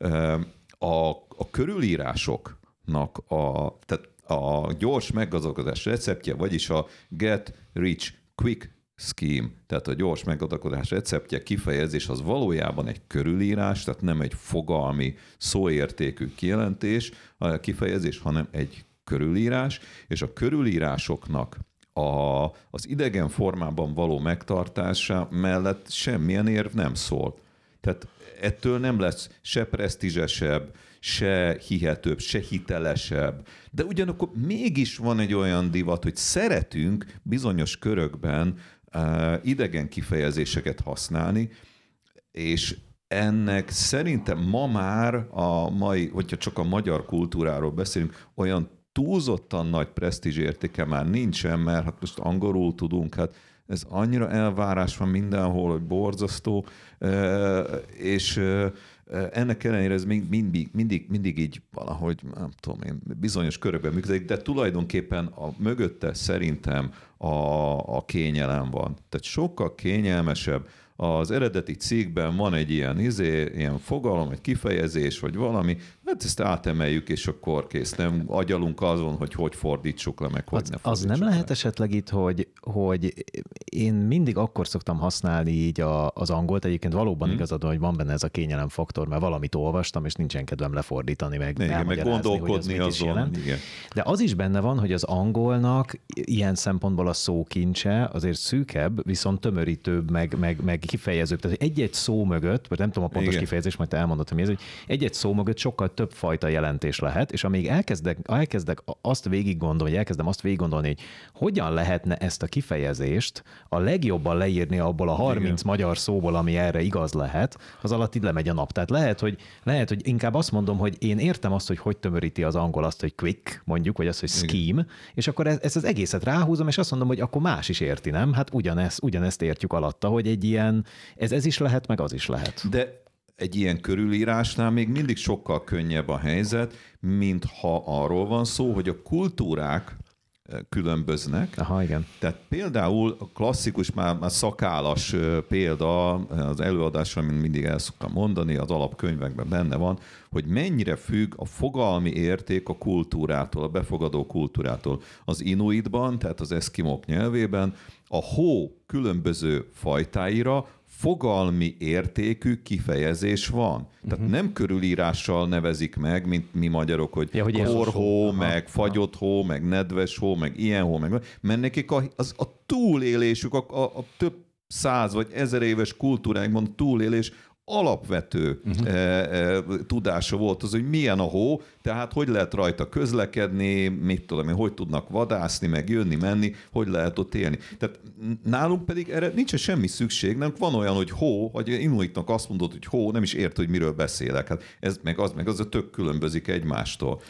A körülírásoknak tehát a gyors meggazdagodás receptje, vagyis a Get Rich Quick Scheme, tehát a gyors meggazdagodás receptje, kifejezés az valójában egy körülírás, tehát nem egy fogalmi szóértékű kijelentés, kifejezés, hanem egy körülírás, és a körülírásoknak az idegen formában való megtartása mellett semmilyen érv nem szól. Tehát ettől nem lesz se presztízsesebb, se hihetőbb, se hitelesebb. De ugyanakkor mégis van egy olyan divat, hogy szeretünk bizonyos körökben idegen kifejezéseket használni, és ennek szerintem ma már a mai, hogyha csak a magyar kultúráról beszélünk, olyan túlzottan nagy presztízs értéke már nincsen, mert hát most angolul tudunk, hát ez annyira elvárás van mindenhol, hogy borzasztó, és ennek ellenére ez mindig így valahogy, nem tudom én, bizonyos körökben működik, de tulajdonképpen mögötte szerintem a kényelem van. Tehát sokkal kényelmesebb. Az eredeti cikkben van egy ilyen fogalom, egy kifejezés, vagy valami, hát ezt átemeljük, és akkor kész. Nem agyalunk azon, hogy fordítsuk le, meg hogy ne fordítsuk az nem le. lehet esetleg itt, hogy én mindig akkor szoktam használni így az angolt, egyébként valóban igazad, hogy van benne ez a kényelem faktor, mert valamit olvastam, és nincsen kedvem lefordítani, meg gondolkodni azon. Igen. De az is benne van, hogy az angolnak ilyen szempontból a szókincse azért szűkebb, viszont tömörítőbb, meg kifejezőbb. Tehát egy-egy szó mögött, vagy nem tudom a pontos kifejezés, majd te elmondod, hogy mi ez, hogy egy-egy szó mögött sokkal több fajta jelentés lehet, és amíg elkezdem azt végig gondolni, hogy hogyan lehetne ezt a kifejezést a legjobban leírni abból a 30 magyar szóból, ami erre igaz lehet, az alatt így lemegy a nap. Tehát lehet, hogy inkább azt mondom, hogy én értem azt, hogy tömöríti az angol azt, hogy quick, mondjuk, vagy azt, hogy scheme, és akkor ezt az egészet ráhúzom, és azt mondom, hogy akkor más is érti, nem? Hát ugyanezt értjük alatta, hogy egy ilyen ez is lehet, meg az is lehet. De egy ilyen körülírásnál még mindig sokkal könnyebb a helyzet, mint ha arról van szó, hogy a kultúrák különböznek. Aha, igen. Tehát például a klasszikus, már szakállas példa az előadásra, mint mindig el szoktam mondani, az alapkönyvekben benne van, hogy mennyire függ a fogalmi érték a kultúrától, a befogadó kultúrától. Az inuitban, tehát az eszkimók nyelvében a hó különböző fajtáira fogalmi értékű kifejezés van. Tehát nem körülírással nevezik meg, mint mi magyarok, hogy korhó, meg fagyott hó, meg nedves hó, meg ilyen hó, mert nekik a túlélésük, a több 100 vagy 1000 éves kultúrákban a túlélés alapvető tudása volt az, hogy milyen a hó, tehát hogy lehet rajta közlekedni, mit tudom én, hogy tudnak vadászni, meg jönni, menni, hogy lehet ott élni. Tehát nálunk pedig erre nincs semmi szükség, nem van olyan, hogy hó, vagy inuitnak azt mondod, hogy hó, nem is ért, hogy miről beszélek. Hát ez meg az tök különbözik egymástól.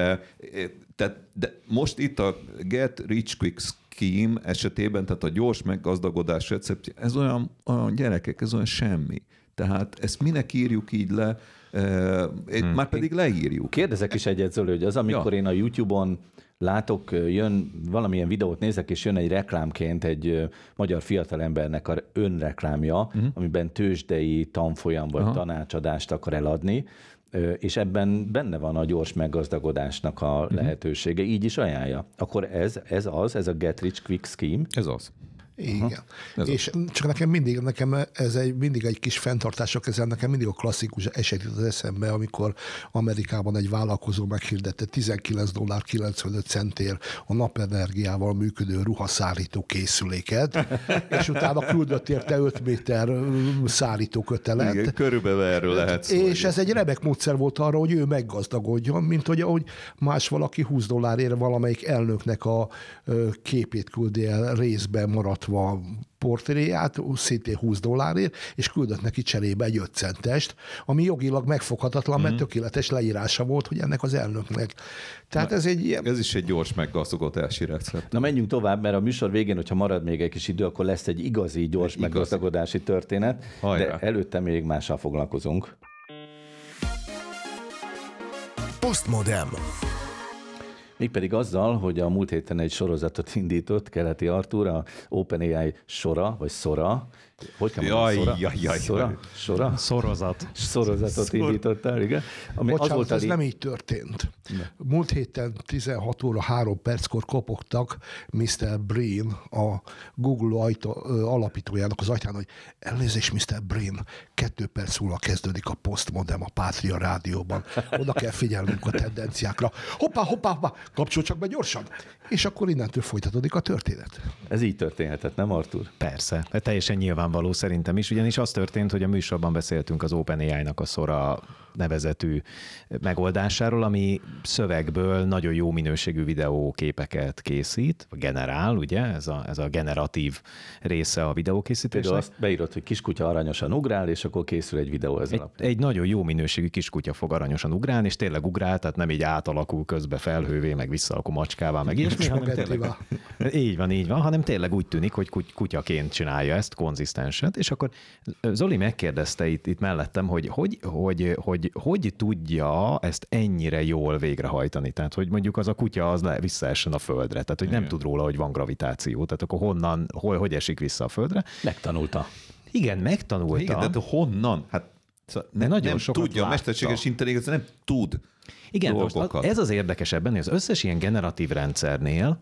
De most itt a Get Rich Quick Scheme esetében, tehát a gyors meggazdagodás receptje, ez olyan gyerekek, ez olyan semmi. Tehát ezt minek írjuk így le, már pedig leírjuk. Kérdezek is egyet, Zoli, hogy az, amikor én a YouTube-on látok, jön valamilyen videót nézek, és jön egy reklámként egy magyar fiatalembernek a önreklámja, amiben tőzsdei tanfolyam vagy tanácsadást akar eladni, és ebben benne van a gyors meggazdagodásnak a lehetősége, így is ajánlja. Akkor ez a Get Rich Quick Scheme? Ez az. Igen. És csak nekem ez mindig egy kis fenntartások ezzel, nekem mindig a klasszikus eset jut az eszembe, amikor Amerikában egy vállalkozó meghirdette $19.95 a napenergiával működő ruhaszállító készüléket, és utána küldött érte 5 méter szállító kötelet. Igen, körülbelül erről lehet szó. És ez egy remek módszer volt arra, hogy ő meggazdagodjon, mint hogy ahogy más valaki $20 valamelyik elnöknek a képét küldi el részben maradva portréját, szintén $20, és küldött neki cserébe egy 5 centest, ami jogilag megfoghatatlan, mert tökéletes leírása volt, hogy ennek az elnöknek. Tehát ez egy ilyen... Ez is egy gyors meggazdagodási recept. Na menjünk tovább, mert a műsor végén, hogyha marad még egy kis idő, akkor lesz egy igazi gyors meggazdagodási történet, de előtte még mással foglalkozunk. Postmodem. Mégpedig azzal, hogy a múlt héten egy sorozatot indított Keleti Artúr, a OpenAI Sora, vagy Sora. Hogy kell mondani? Sora? Sorozatot indítottál, igen. Bocsánat, ez nem így történt. Múlt héten 16 óra 3 perckor kopogtak Mr. Brin, a Google alapítójának az ajtán, hogy elnézést, Mr. Brin, 2 perc múlva kezdődik a Postmodem a Pátria Rádióban. Oda kell figyelnünk a tendenciákra. Hoppá, kapcsolj csak be gyorsan! És akkor innentől folytatódik a történet. Ez így történhetett, nem Artúr? Persze, teljesen nyilvánvaló szerintem is, ugyanis az történt, hogy a műsorban beszéltünk az OpenAI-nak a Sora nevezetű megoldásáról, ami szövegből nagyon jó minőségű videóképeket készít, generál, ugye, ez a generatív része a videókészítésnek. Például azt beírod, hogy kiskutya aranyosan ugrál, és akkor készül egy videó ez alapján. Egy nagyon jó minőségű kiskutya fog aranyosan ugrálni, és tényleg ugrál, tehát nem így átalakul közbe felhővé, meg visszalakul macskává, meg ilyesmi, hanem tényleg, így van, hanem tényleg úgy tűnik, hogy kutyaként csinálja ezt, konzisztenset, és akkor Zoli megkérdezte itt mellettem, hogy tudja ezt ennyire jól végrehajtani. Tehát, hogy mondjuk az a kutya az visszaessen a földre. Tehát, hogy nem tud róla, hogy van gravitáció. Tehát akkor hogy esik vissza a földre? Megtanulta. Igen, megtanulta. Igen, de honnan? Hát nem tudja, a mesterséges intelligencia nem tud dolgokat. Ez az érdekes ebben, hogy az összes ilyen generatív rendszernél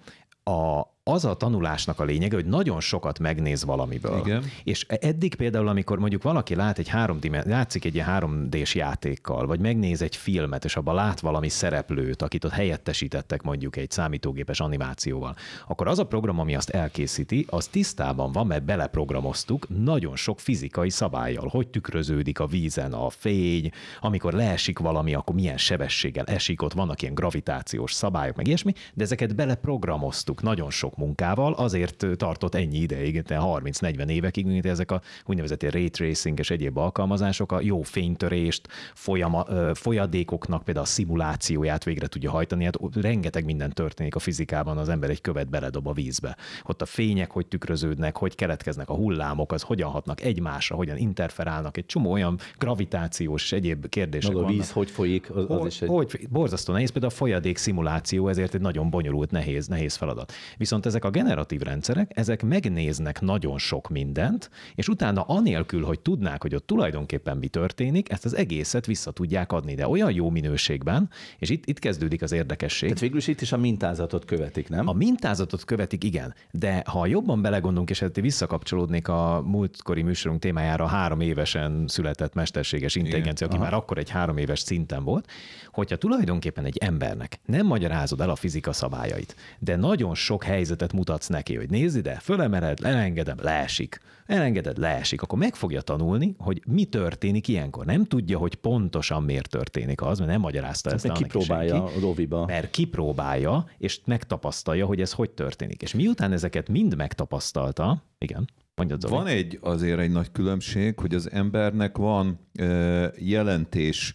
az a tanulásnak a lényege, hogy nagyon sokat megnéz valamiből. Igen. És eddig például, amikor mondjuk valaki játszik egy ilyen 3D-s játékkal, vagy megnéz egy filmet, és abban lát valami szereplőt, akit ott helyettesítettek mondjuk egy számítógépes animációval, akkor az a program, ami azt elkészíti, az tisztában van, mert beleprogramoztuk nagyon sok fizikai szabállyal, hogy tükröződik a vízen a fény, amikor leesik valami, akkor milyen sebességgel esik, ott vannak ilyen gravitációs szabályok, meg ilyesmi, de ezeket beleprogramoztuk nagyon sok munkával, azért tartott ennyi ideig, 30-40 évekig, mint ezek a úgynevezett ray tracing és egyéb alkalmazások, a jó fénytörést, folyadékoknak például a szimulációját végre tudja hajtani. Hát rengeteg minden történik a fizikában, az ember egy követ beledob a vízbe. Ott a fények hogy tükröződnek, hogy keletkeznek a hullámok, az hogyan hatnak egymásra, hogyan interferálnak, egy csomó olyan gravitációs és egyéb kérdések vannak. A víz hogy folyik, az is egy... Borzasztó nehéz, például a folyadék szimuláció, ezért egy nagyon bonyolult, nehéz feladat. Viszont ezek a generatív rendszerek, ezek megnéznek nagyon sok mindent, és utána anélkül, hogy tudnák, hogy ott tulajdonképpen mi történik, ezt az egészet vissza tudják adni, de olyan jó minőségben, és itt kezdődik az érdekesség. Tehát végül is itt is a mintázatot követik, nem? A mintázatot követik, igen, de ha jobban belegondolunk, és visszakapcsolódnék a múltkori műsorunk témájára, a 3 évesen született mesterséges intelligencia, aki már akkor egy 3 éves szinten volt, hogyha tulajdonképpen egy embernek nem magyarázod el a fizika szabályait, de nagyon sok helyzetet mutatsz neki, hogy nézd ide, fölemeled, elengedem, leesik. Elengeded, leesik, akkor meg fogja tanulni, hogy mi történik ilyenkor. Nem tudja, hogy pontosan miért történik az, mert nem magyarázta ezt. Mert kipróbálja a doviba. Mert kipróbálja, és megtapasztalja, hogy ez hogy történik. És miután ezeket mind megtapasztalta, igen, mondjad, Zoli. Van azért egy nagy különbség, hogy az embernek van jelentés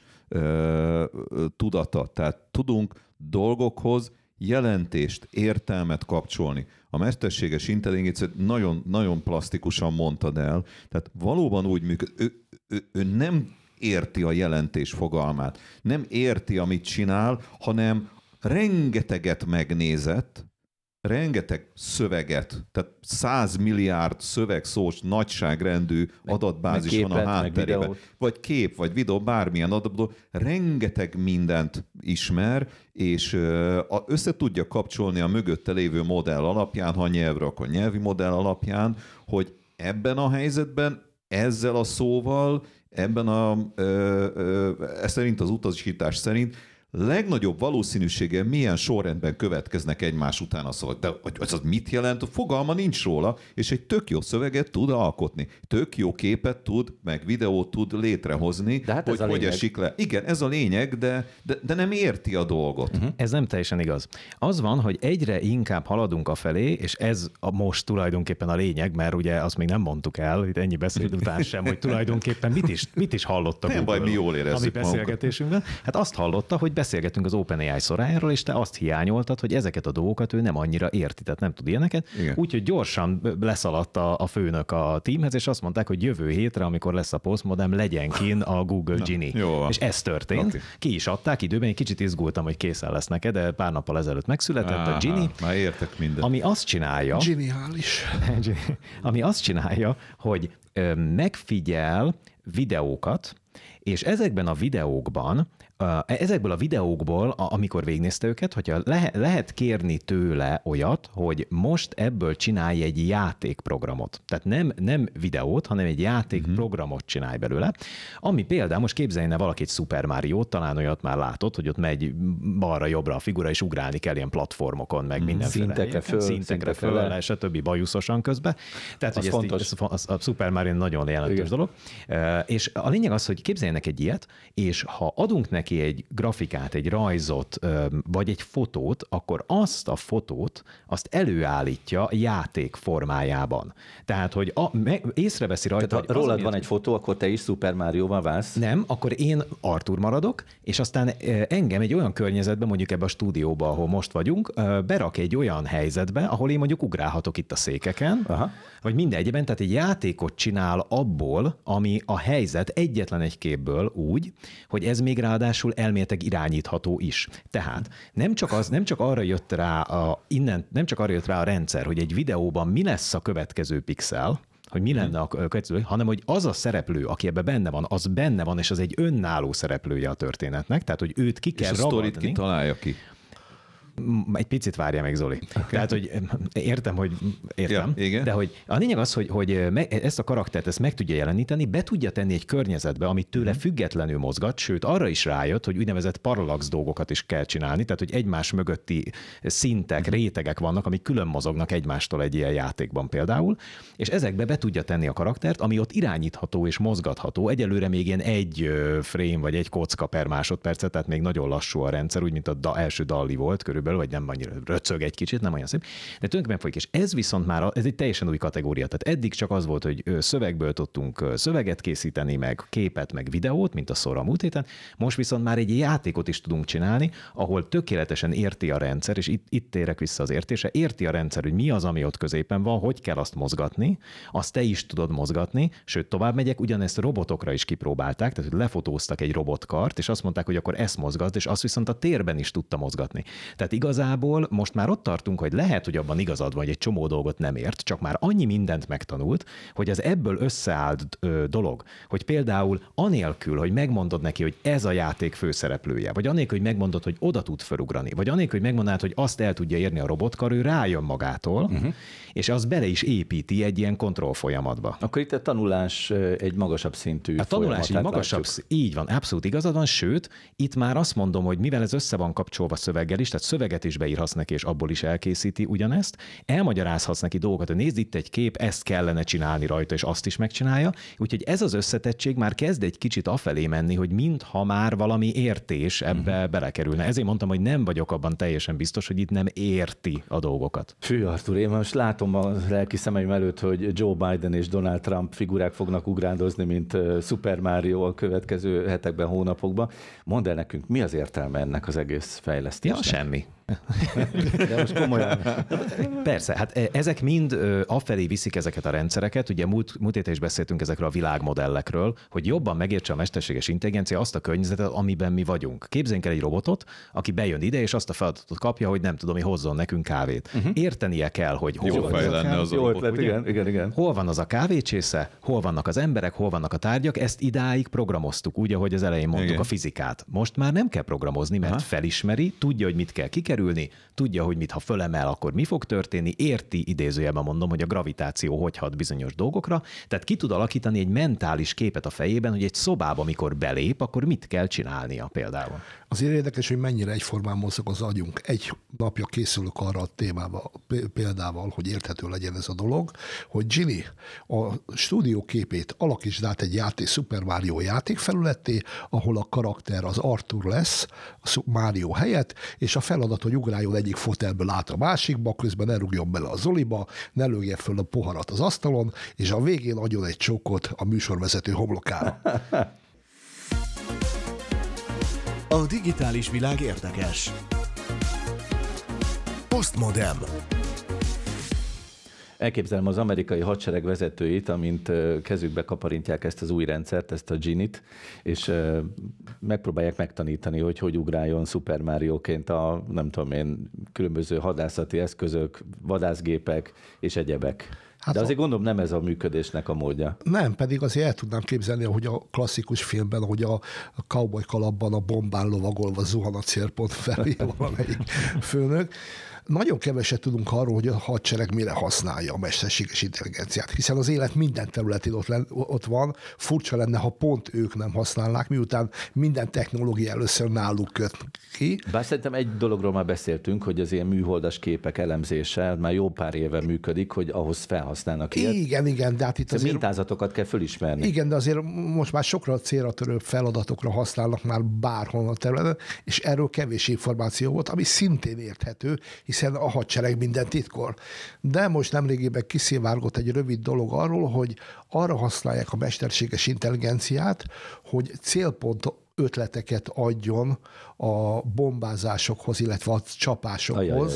tudata. Tehát tudunk dolgokhoz jelentést, értelmet kapcsolni. A mesterséges intelligencia nagyon, nagyon plastikusan mondtad el, tehát valóban úgy működik, ő nem érti a jelentés fogalmát, nem érti, amit csinál, hanem rengeteget megnézett, rengeteg szöveget, tehát 100 milliárd szövegszós nagyságrendű adatbázis van a hátterében. Vagy kép, vagy videó, bármilyen adatból, rengeteg mindent ismer, és össze tudja kapcsolni a mögötte lévő modell alapján, ha nyelvre, akkor nyelvi modell alapján, hogy ebben a helyzetben, ezzel a szóval, ebben ez szerint az utasítás szerint legnagyobb valószínűséggel milyen sorrendben következnek egymás után a szavak. De az mit jelent? Fogalma nincs róla, és egy tök jó szöveget tud alkotni. Tök jó képet tud, meg videót tud létrehozni, de hát hogy esik le. Igen, ez a lényeg, de nem érti a dolgot. Ez nem teljesen igaz. Az van, hogy egyre inkább haladunk afelé, és ez most tulajdonképpen a lényeg, mert ugye azt még nem mondtuk el, itt ennyi beszéd után sem, hogy tulajdonképpen mit is hallottak. Nem baj, mi jól érezzük a beszélgetésünkben. Hát azt hallotta, hogy beszélgetünk az OpenAI szorájáról, és te azt hiányoltad, hogy ezeket a dolgokat ő nem annyira érti, tehát nem tud ilyeneket. Úgyhogy gyorsan leszaladt a főnök a teamhez, és azt mondták, hogy jövő hétre, amikor lesz a Postmodem, legyen kín a Google Genie. És ez történt. Okay. Ki is adták időben, egy kicsit izgultam, hogy készen lesz neked, de pár nappal ezelőtt megszületett a Genie. Már értek mindent. Ami azt csinálja... Geniális. Ami azt csinálja, hogy megfigyel videókat, és ezekből a videókból, amikor végignézte őket, hogyha lehet kérni tőle olyat, hogy most ebből csinálj egy játékprogramot. Tehát nem videót, hanem egy játékprogramot csinálj belőle, ami például most képzeljne valaki egy Super Mario-t, talán olyat már látott, hogy ott megy balra-jobbra a figura, és ugrálni kell ilyen platformokon, meg mindenféle. Szintekre föl, stb. Bajuszosan közben. Tehát, az hogy a Super Mario nagyon jelentős dolog. És a lényeg az, hogy képzeljenek egy ilyet, és ha adunk neki egy grafikát, egy rajzot, vagy egy fotót, akkor azt a fotót, azt előállítja játék formájában. Tehát, hogy észreveszi rajta, tehát, ha rólad van egy fotó, akkor te is Super Mario-val válsz? Nem, akkor én Artur maradok, és aztán engem egy olyan környezetben, mondjuk ebbe a stúdióba, ahol most vagyunk, berak egy olyan helyzetbe, ahol én mondjuk ugrálhatok itt a székeken, vagy mindegyben, tehát egy játékot csinál abból, ami a helyzet egyetlen egy képből úgy, hogy ez még ráadásul elméletileg irányítható is. Tehát nem csak arra jött rá a rendszer, hogy egy videóban mi lesz a következő pixel, hogy mi lenne a következő, hanem hogy az a szereplő, aki ebben benne van, az benne van, és az egy önálló szereplője a történetnek, tehát hogy őt ki kell ragadni. És a sztorit ki találja ki? Egy picit várja meg, Zoli. Okay. Tehát, hogy értem, de hogy a lényeg az, hogy ezt a karaktert ezt meg tudja jeleníteni, be tudja tenni egy környezetbe, amit tőle függetlenül mozgat, sőt arra is rájött, hogy úgynevezett parallax dolgokat is kell csinálni, tehát hogy egymás mögötti szintek, rétegek vannak, amik külön mozognak egymástól egy ilyen játékban például, és ezekbe be tudja tenni a karaktert, ami ott irányítható és mozgatható. Egyelőre még ilyen egy frame vagy egy kocka per másodpercet, tehát még nagyon lassú a rendszer, úgy, mint az első DALL-I volt körülbelül, vagy nem annyira röcög egy kicsit, nem olyan szép, de tulajdonképpen folyik. És ez viszont már, ez egy teljesen új kategória. Tehát eddig csak az volt, hogy szövegből tudtunk szöveget készíteni, meg képet, meg videót, mint a Sora múlt héten. Most viszont már egy játékot is tudunk csinálni, ahol tökéletesen érti a rendszer, és itt térek vissza az értése, érti a rendszer, hogy mi az, ami ott középen van, hogy kell azt mozgatni, azt te is tudod mozgatni, sőt, tovább megyek, ugyanezt robotokra is kipróbálták, tehát hogy lefotóztak egy robotkart, és azt mondták, hogy akkor ezt mozgasd, és azt viszont a térben is tudta mozgatni. Tehát igazából most már ott tartunk, hogy lehet, hogy abban igazad van, hogy egy csomó dolgot nem ért, csak már annyi mindent megtanult, hogy az ebből összeállt dolog, hogy például anélkül, hogy megmondod neki, hogy ez a játék főszereplője, vagy anélkül, hogy megmondod, hogy oda tud felugrani, vagy anélkül, hogy megmondod, hogy azt el tudja érni a robotkar, ő rájön magától, és az bele is építi egy ilyen kontroll folyamatba. Akkor itt a tanulás egy magasabb szintű a tanulás egy magasabb, így van, abszolút igazad van, sőt, itt már azt mondom, hogy mivel ez össze van kapcsolva szöveggel is, tehát szöveget is beírhatsz neki, és abból is elkészíti ugyanezt, elmagyarázhatsz neki dolgokat, hogy nézd itt egy kép, ezt kellene csinálni rajta, és azt is megcsinálja, úgyhogy ez az összetettség már kezd egy kicsit afelé menni, hogy mintha már valami értés ebbe belekerülne. Ezért mondtam, hogy nem vagyok abban teljesen biztos, hogy itt nem érti a dolgokat. Fű, Artur, én most látom a lelki szemeim előtt, hogy Joe Biden és Donald Trump figurák fognak ugrándozni, mint Super Mario a következő hetekben, hónapokban. Mondd el nekünk, mi az értelme ennek az egész fejlesztésnek? Ja, semmi. De most komolyan. Persze, hát ezek mind afelé viszik ezeket a rendszereket. Ugye múlt héten is beszéltünk ezekről a világmodellekről, hogy jobban megértse a mesterséges intelligencia azt a környezetet, amiben mi vagyunk. Képzeljünk el egy robotot, aki bejön ide, és azt a feladatot kapja, hogy nem tudom, hogy hozzon nekünk kávét. Értenie kell, hogy hol van az a kávét. Jó ötlet, igen. Hol van az a kávécsésze, hol vannak az emberek, hol vannak a tárgyak, ezt idáig programoztuk, úgy, ahogy az elején mondtuk a fizikát. Most már nem kell programozni, mert felismeri, tudja, hogy mit kell kikerülni, tudja, hogy mit, ha fölemel, akkor mi fog történni, érti, idézőjelben mondom, hogy a gravitáció hogy hat bizonyos dolgokra, tehát ki tud alakítani egy mentális képet a fejében, hogy egy szobába, amikor belép, akkor mit kell csinálnia például. Azért érdekes, hogy mennyire egyformán mozog az agyunk. Egy napja készülök arra a témával, példával, hogy érthető legyen ez a dolog, hogy Ginny a stúdióképét alakítsd át egy Super Mario játékfelületté, ahol a karakter az Arthur lesz a Mario helyett, és a feladat, hogy ugráljon egyik fotelből át a másikba, közben ne rúgjon bele a Zoliba, ne lője föl a poharat az asztalon, és a végén adjon egy csókot a műsorvezető homlokára. A digitális világ érdekes. Postmodern. Elképzelem az amerikai hadsereg vezetőit, amint kezükbe kaparintják ezt az új rendszert, ezt a Ginnyt, és megpróbálják megtanítani, hogy ugráljon Super Mario-ként a, nem tudom én, különböző hadászati eszközök, vadászgépek és egyebek. Hát de azért gondolom nem ez a működésnek a módja. Nem, pedig azért el tudnám képzelni, hogy a klasszikus filmben, hogy a cowboy kalapban a bombán lovagolva zuhan a célpont felé valamelyik főnök. Nagyon keveset tudunk arról, hogy a hadsereg mire használja a mesterséges intelligenciát, hiszen az élet minden területén ott van. Furcsa lenne, ha pont ők nem használnák, miután minden technológia először náluk köt ki. Bár szerintem egy dologról már beszéltünk, hogy az ilyen műholdas képek elemzése már jó pár éve működik, hogy ahhoz felhasználnak ilyet. Igen, de hát itt azért... Mintázatokat kell fölismerni. Igen, de azért most már sokra célra törőbb feladatokra használnak már bárhol a területen, és erről kevés információ volt, ami szintén érthető, hiszen a hadsereg mindent titkol. De most nemrégében kiszivárgott egy rövid dolog arról, hogy arra használják a mesterséges intelligenciát, hogy célpont ötleteket adjon a bombázásokhoz, illetve a csapásokhoz.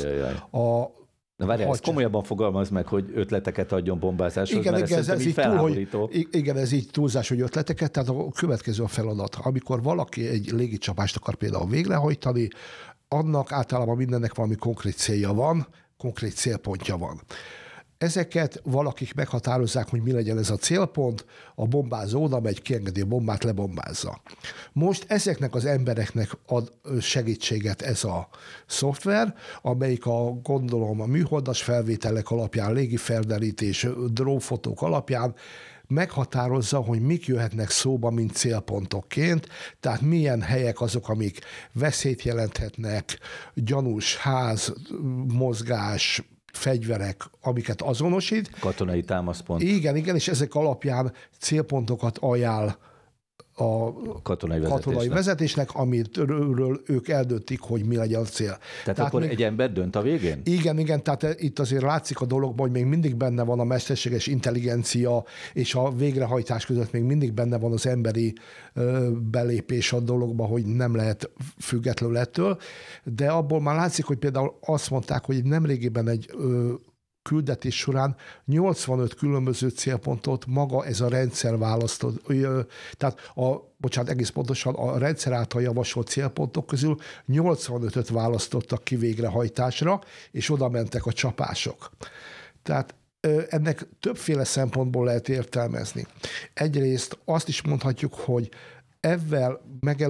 Na várjál, ezt komolyabban fogalmaz meg, hogy ötleteket adjon bombázáshoz, igen, mert ez így felháborító. Igen, ez így túlzás, hogy ötleteket, tehát a következő a feladat. Amikor valaki egy légicsapást akar például végrehajtani, annak általában mindennek valami konkrét célja van, konkrét célpontja van. Ezeket valakik meghatározzák, hogy mi legyen ez a célpont, a bombázó oda megy, kiengedi a bombát, lebombázza. Most ezeknek az embereknek ad segítséget ez a szoftver, amelyik gondolom a műholdas felvételek alapján, légifelderítés, drónfotók alapján meghatározza, hogy mik jöhetnek szóba, mint célpontokként, tehát milyen helyek azok, amik veszélyt jelenthetnek, gyanús ház, mozgás, fegyverek, amiket azonosít. Katonai támaszpont. Igen, és ezek alapján célpontokat ajánl a katonai vezetésnek, amiről ők eldöntik, hogy mi legyen a cél. Tehát akkor egy ember dönt a végén? Igen, tehát itt azért látszik a dologban, hogy még mindig benne van a mesterséges intelligencia, és a végrehajtás között még mindig benne van az emberi belépés a dologba, hogy nem lehet függetlenül ettől, de abból már látszik, hogy például azt mondták, hogy nemrégiben egy küldetés során 85 különböző célpontot maga ez a rendszer választott. Tehát egész pontosan a rendszer által javasolt célpontok közül 85-öt választottak ki végrehajtásra, és oda mentek a csapások. Tehát ennek többféle szempontból lehet értelmezni. Egyrészt azt is mondhatjuk, hogy ezzel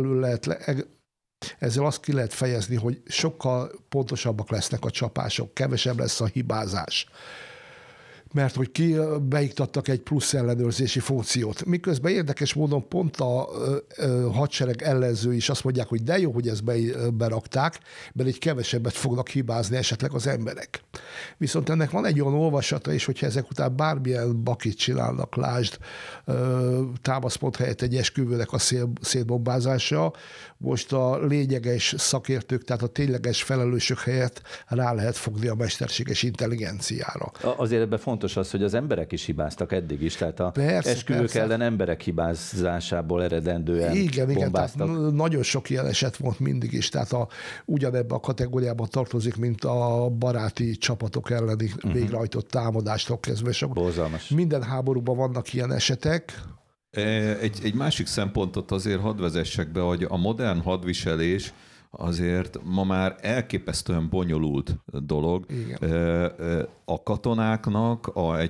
azt ki lehet fejezni, hogy sokkal pontosabbak lesznek a csapások, kevesebb lesz a hibázás. Mert hogy beiktattak egy plusz ellenőrzési funkciót. Miközben érdekes módon pont a hadsereg ellenzői is azt mondják, hogy de jó, hogy ezt berakták, mert így kevesebbet fognak hibázni esetleg az emberek. Viszont ennek van egy olyan olvasata is, hogyha ezek után bármilyen bakit csinálnak, lásd, támaszpont helyett egy esküvőnek a szétbombázása, most a lényeges szakértők, tehát a tényleges felelősök helyett rá lehet fogni a mesterséges intelligenciára. Azért ebben fontos az, hogy az emberek is hibáztak eddig is, tehát a Persze, esküvők ellen emberek hibázásából eredendően igen, bombáztak. Tehát nagyon sok ilyen eset volt mindig is, tehát ugyanebbe a kategóriába tartozik, mint a baráti csapatok elleni végrehajtott támadástól kezdve. Borzalmas. Minden háborúban vannak ilyen esetek. Egy másik szempontot azért hadd vezessek be, hogy a modern hadviselés azért ma már elképesztően bonyolult dolog. Igen. A katonáknak egy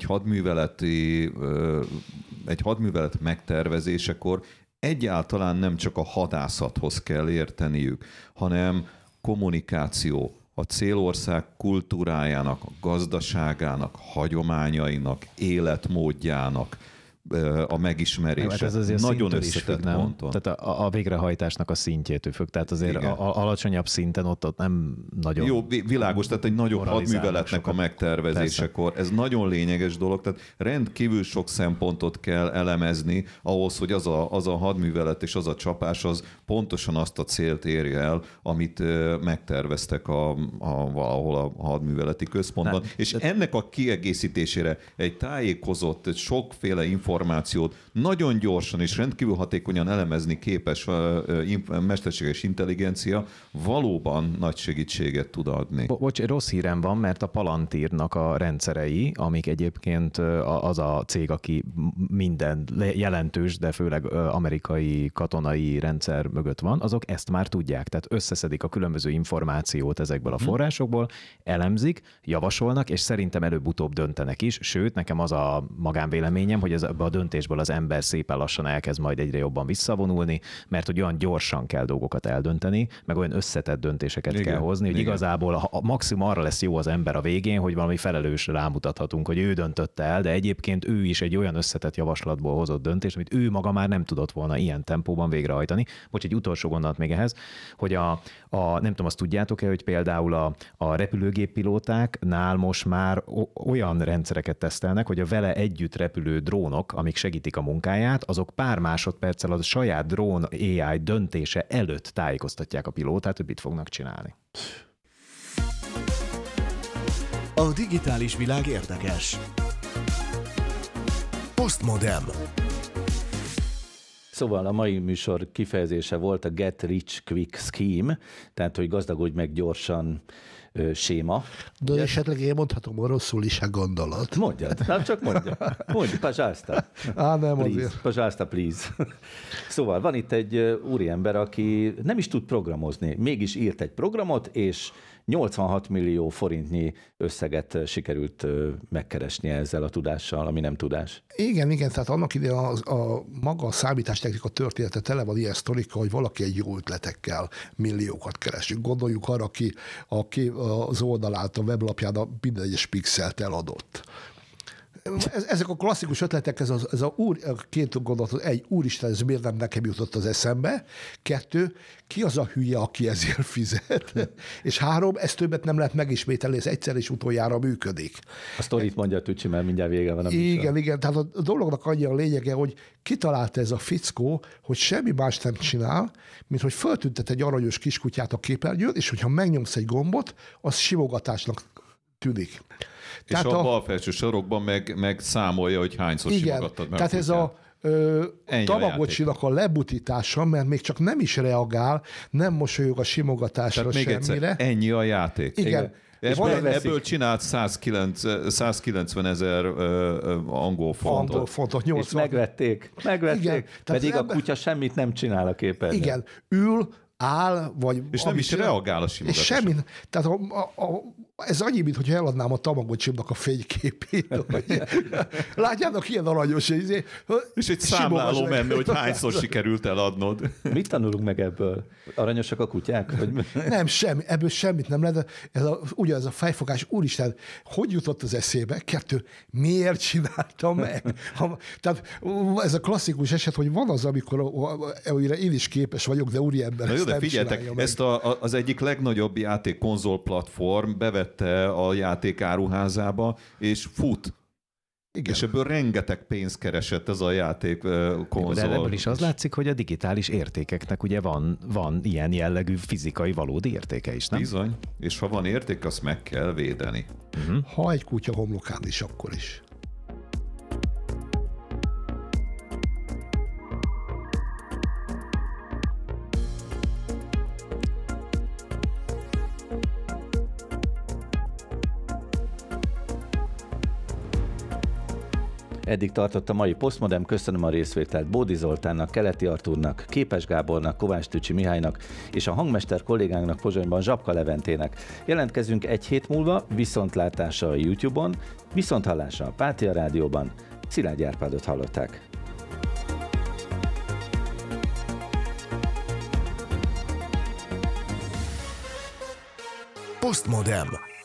hadművelet megtervezésekor egyáltalán nem csak a hadászathoz kell érteniük, hanem kommunikáció, a célország kultúrájának, a gazdaságának, hagyományainak, életmódjának a megismerése. Hát ez azért nagyon összetett ponton. Tehát a végrehajtásnak a szintjétől függ. Tehát azért alacsonyabb szinten ott nem nagyon... Jó, világos, tehát egy nagyobb hadműveletnek a megtervezésekor. Persze. Ez nagyon lényeges dolog, tehát rendkívül sok szempontot kell elemezni ahhoz, hogy az a hadművelet és az a csapás az pontosan azt a célt érje el, amit megterveztek valahol a hadműveleti központban. És ennek a kiegészítésére egy tájékozott, sokféle információt nagyon gyorsan és rendkívül hatékonyan elemezni képes mesterséges intelligencia valóban nagy segítséget tud adni. Bocs, rossz hírem van, mert a Palantírnak a rendszerei, amik egyébként az a cég, aki minden jelentős, de főleg amerikai katonai rendszer mögött van, azok ezt már tudják. Tehát összeszedik a különböző információt ezekből a forrásokból, elemzik, javasolnak, és szerintem előbb-utóbb döntenek is. Sőt, nekem az a magánvéleményem, hogy ebbe a döntésből az ember szépen lassan elkezd majd egyre jobban visszavonulni, mert hogy olyan gyorsan kell dolgokat eldönteni, meg olyan összetett döntéseket kell hozni, hogy igazából a maximum arra lesz jó az ember a végén, hogy valami felelősre rámutathatunk, hogy ő döntötte el, de egyébként ő is egy olyan összetett javaslatból hozott döntés, amit ő maga már nem tudott volna ilyen tempóban végrehajtani. Bocs, egy utolsó gondolat még ehhez, hogy nem tudom, azt tudjátok-e, hogy például a repülőgéppilótáknál most már olyan rendszereket tesztelnek, hogy a vele együtt repülő drónok, amik segítik a munkáját, azok pár másodperccel a saját drón AI döntése előtt tájékoztatják a pilótát, hogy mit fognak csinálni. A digitális világ érdekes. Postmodem. Szóval a mai műsor kifejezése volt a Get Rich Quick Scheme, tehát hogy gazdagodj meg gyorsan séma. De ugye? Esetleg én mondhatom, rosszul is a gondolat. Mondjad, nem csak mondja. Mondj, pazsászta. Nem please. azért. Pazsászta, please. Szóval van itt egy úriember, aki nem is tud programozni, mégis írt egy programot, és 86 millió forintnyi összeget sikerült megkeresnie ezzel a tudással, ami nem tudás. Igen, tehát annak idején maga a számítástechnika története tele van ilyen sztorika, hogy valaki egy jó ötletekkel milliókat keresünk. Gondoljuk arra, aki az oldalát, a weblapján minden egyes pixelt eladott. Ezek a klasszikus ötletek, ez a két gondolatot, egy, úristen, ez miért nem nekem jutott az eszembe, 2, ki az a hülye, aki ezért fizet, és 3, ezt többet nem lehet megismételni, ez egyszer és utoljára működik. A sztorit mondja Tücsi, mert mindjárt vége van a műsor. Igen, tehát a dolognak annyi a lényege, hogy kitalálta ez a fickó, hogy semmi más nem csinál, mint hogy föltüntet egy aranyos kiskutyát a képernyőn, és hogyha megnyomsz egy gombot, az simogatásnak tűnik. És tehát a bal felső sarokban meg számolja, hogy hányszor simogattad meg. Tehát ez a Tamagocsinak a lebutítása, mert még csak nem is reagál, nem mosolyog a simogatásra semmire. Egyszer, ennyi a játék. Igen. Ebből csinált 190 000 angol fontot. 80. És megvették. Igen, pedig a kutya semmit nem csinál a képernyőn. Igen, ül, áll, vagy... És nem is reagál a simogatásra. És semmi. Tehát ez annyi, mint hogy eladnám a Tamagocsimnak a fényképét. Látjátok, ilyen aranyos. És egy számláló menne, hogy hányszor sikerült eladnod. Mit tanulunk meg ebből? Aranyosak a kutyák? Nem, semmi. Ebből semmit nem lehet. Ez a fejfogás, úristen, hogy jutott az eszébe? 2, miért csináltam meg? Tehát ez a klasszikus eset, hogy van az, amikor én is képes vagyok, de úriember ezt nem figyeljetek, ezt az egyik legnagyobb játékkonzol platform bevette a játék áruházába, és fut. Igen. És ebből rengeteg pénzt keresett ez a játék konzol. De ebből is az látszik, hogy a digitális értékeknek ugye van ilyen jellegű fizikai valódi értéke is, nem? Bizony, és ha van érték, azt meg kell védeni. Ha egy kutya homlokán is, akkor is. Eddig tartott a mai Postmodem, köszönöm a részvételt Bódi Zoltánnak, Keleti Artúrnak, Képes Gábornak, Kovács Tücsi Mihálynak és a hangmester kollégánknak Pozsonyban Zsapka Leventének. Jelentkezünk egy hét múlva, viszontlátásra a YouTube-on, viszonthallásra a Pátia Rádióban. Szilágyi Árpádot hallották. Postmodem.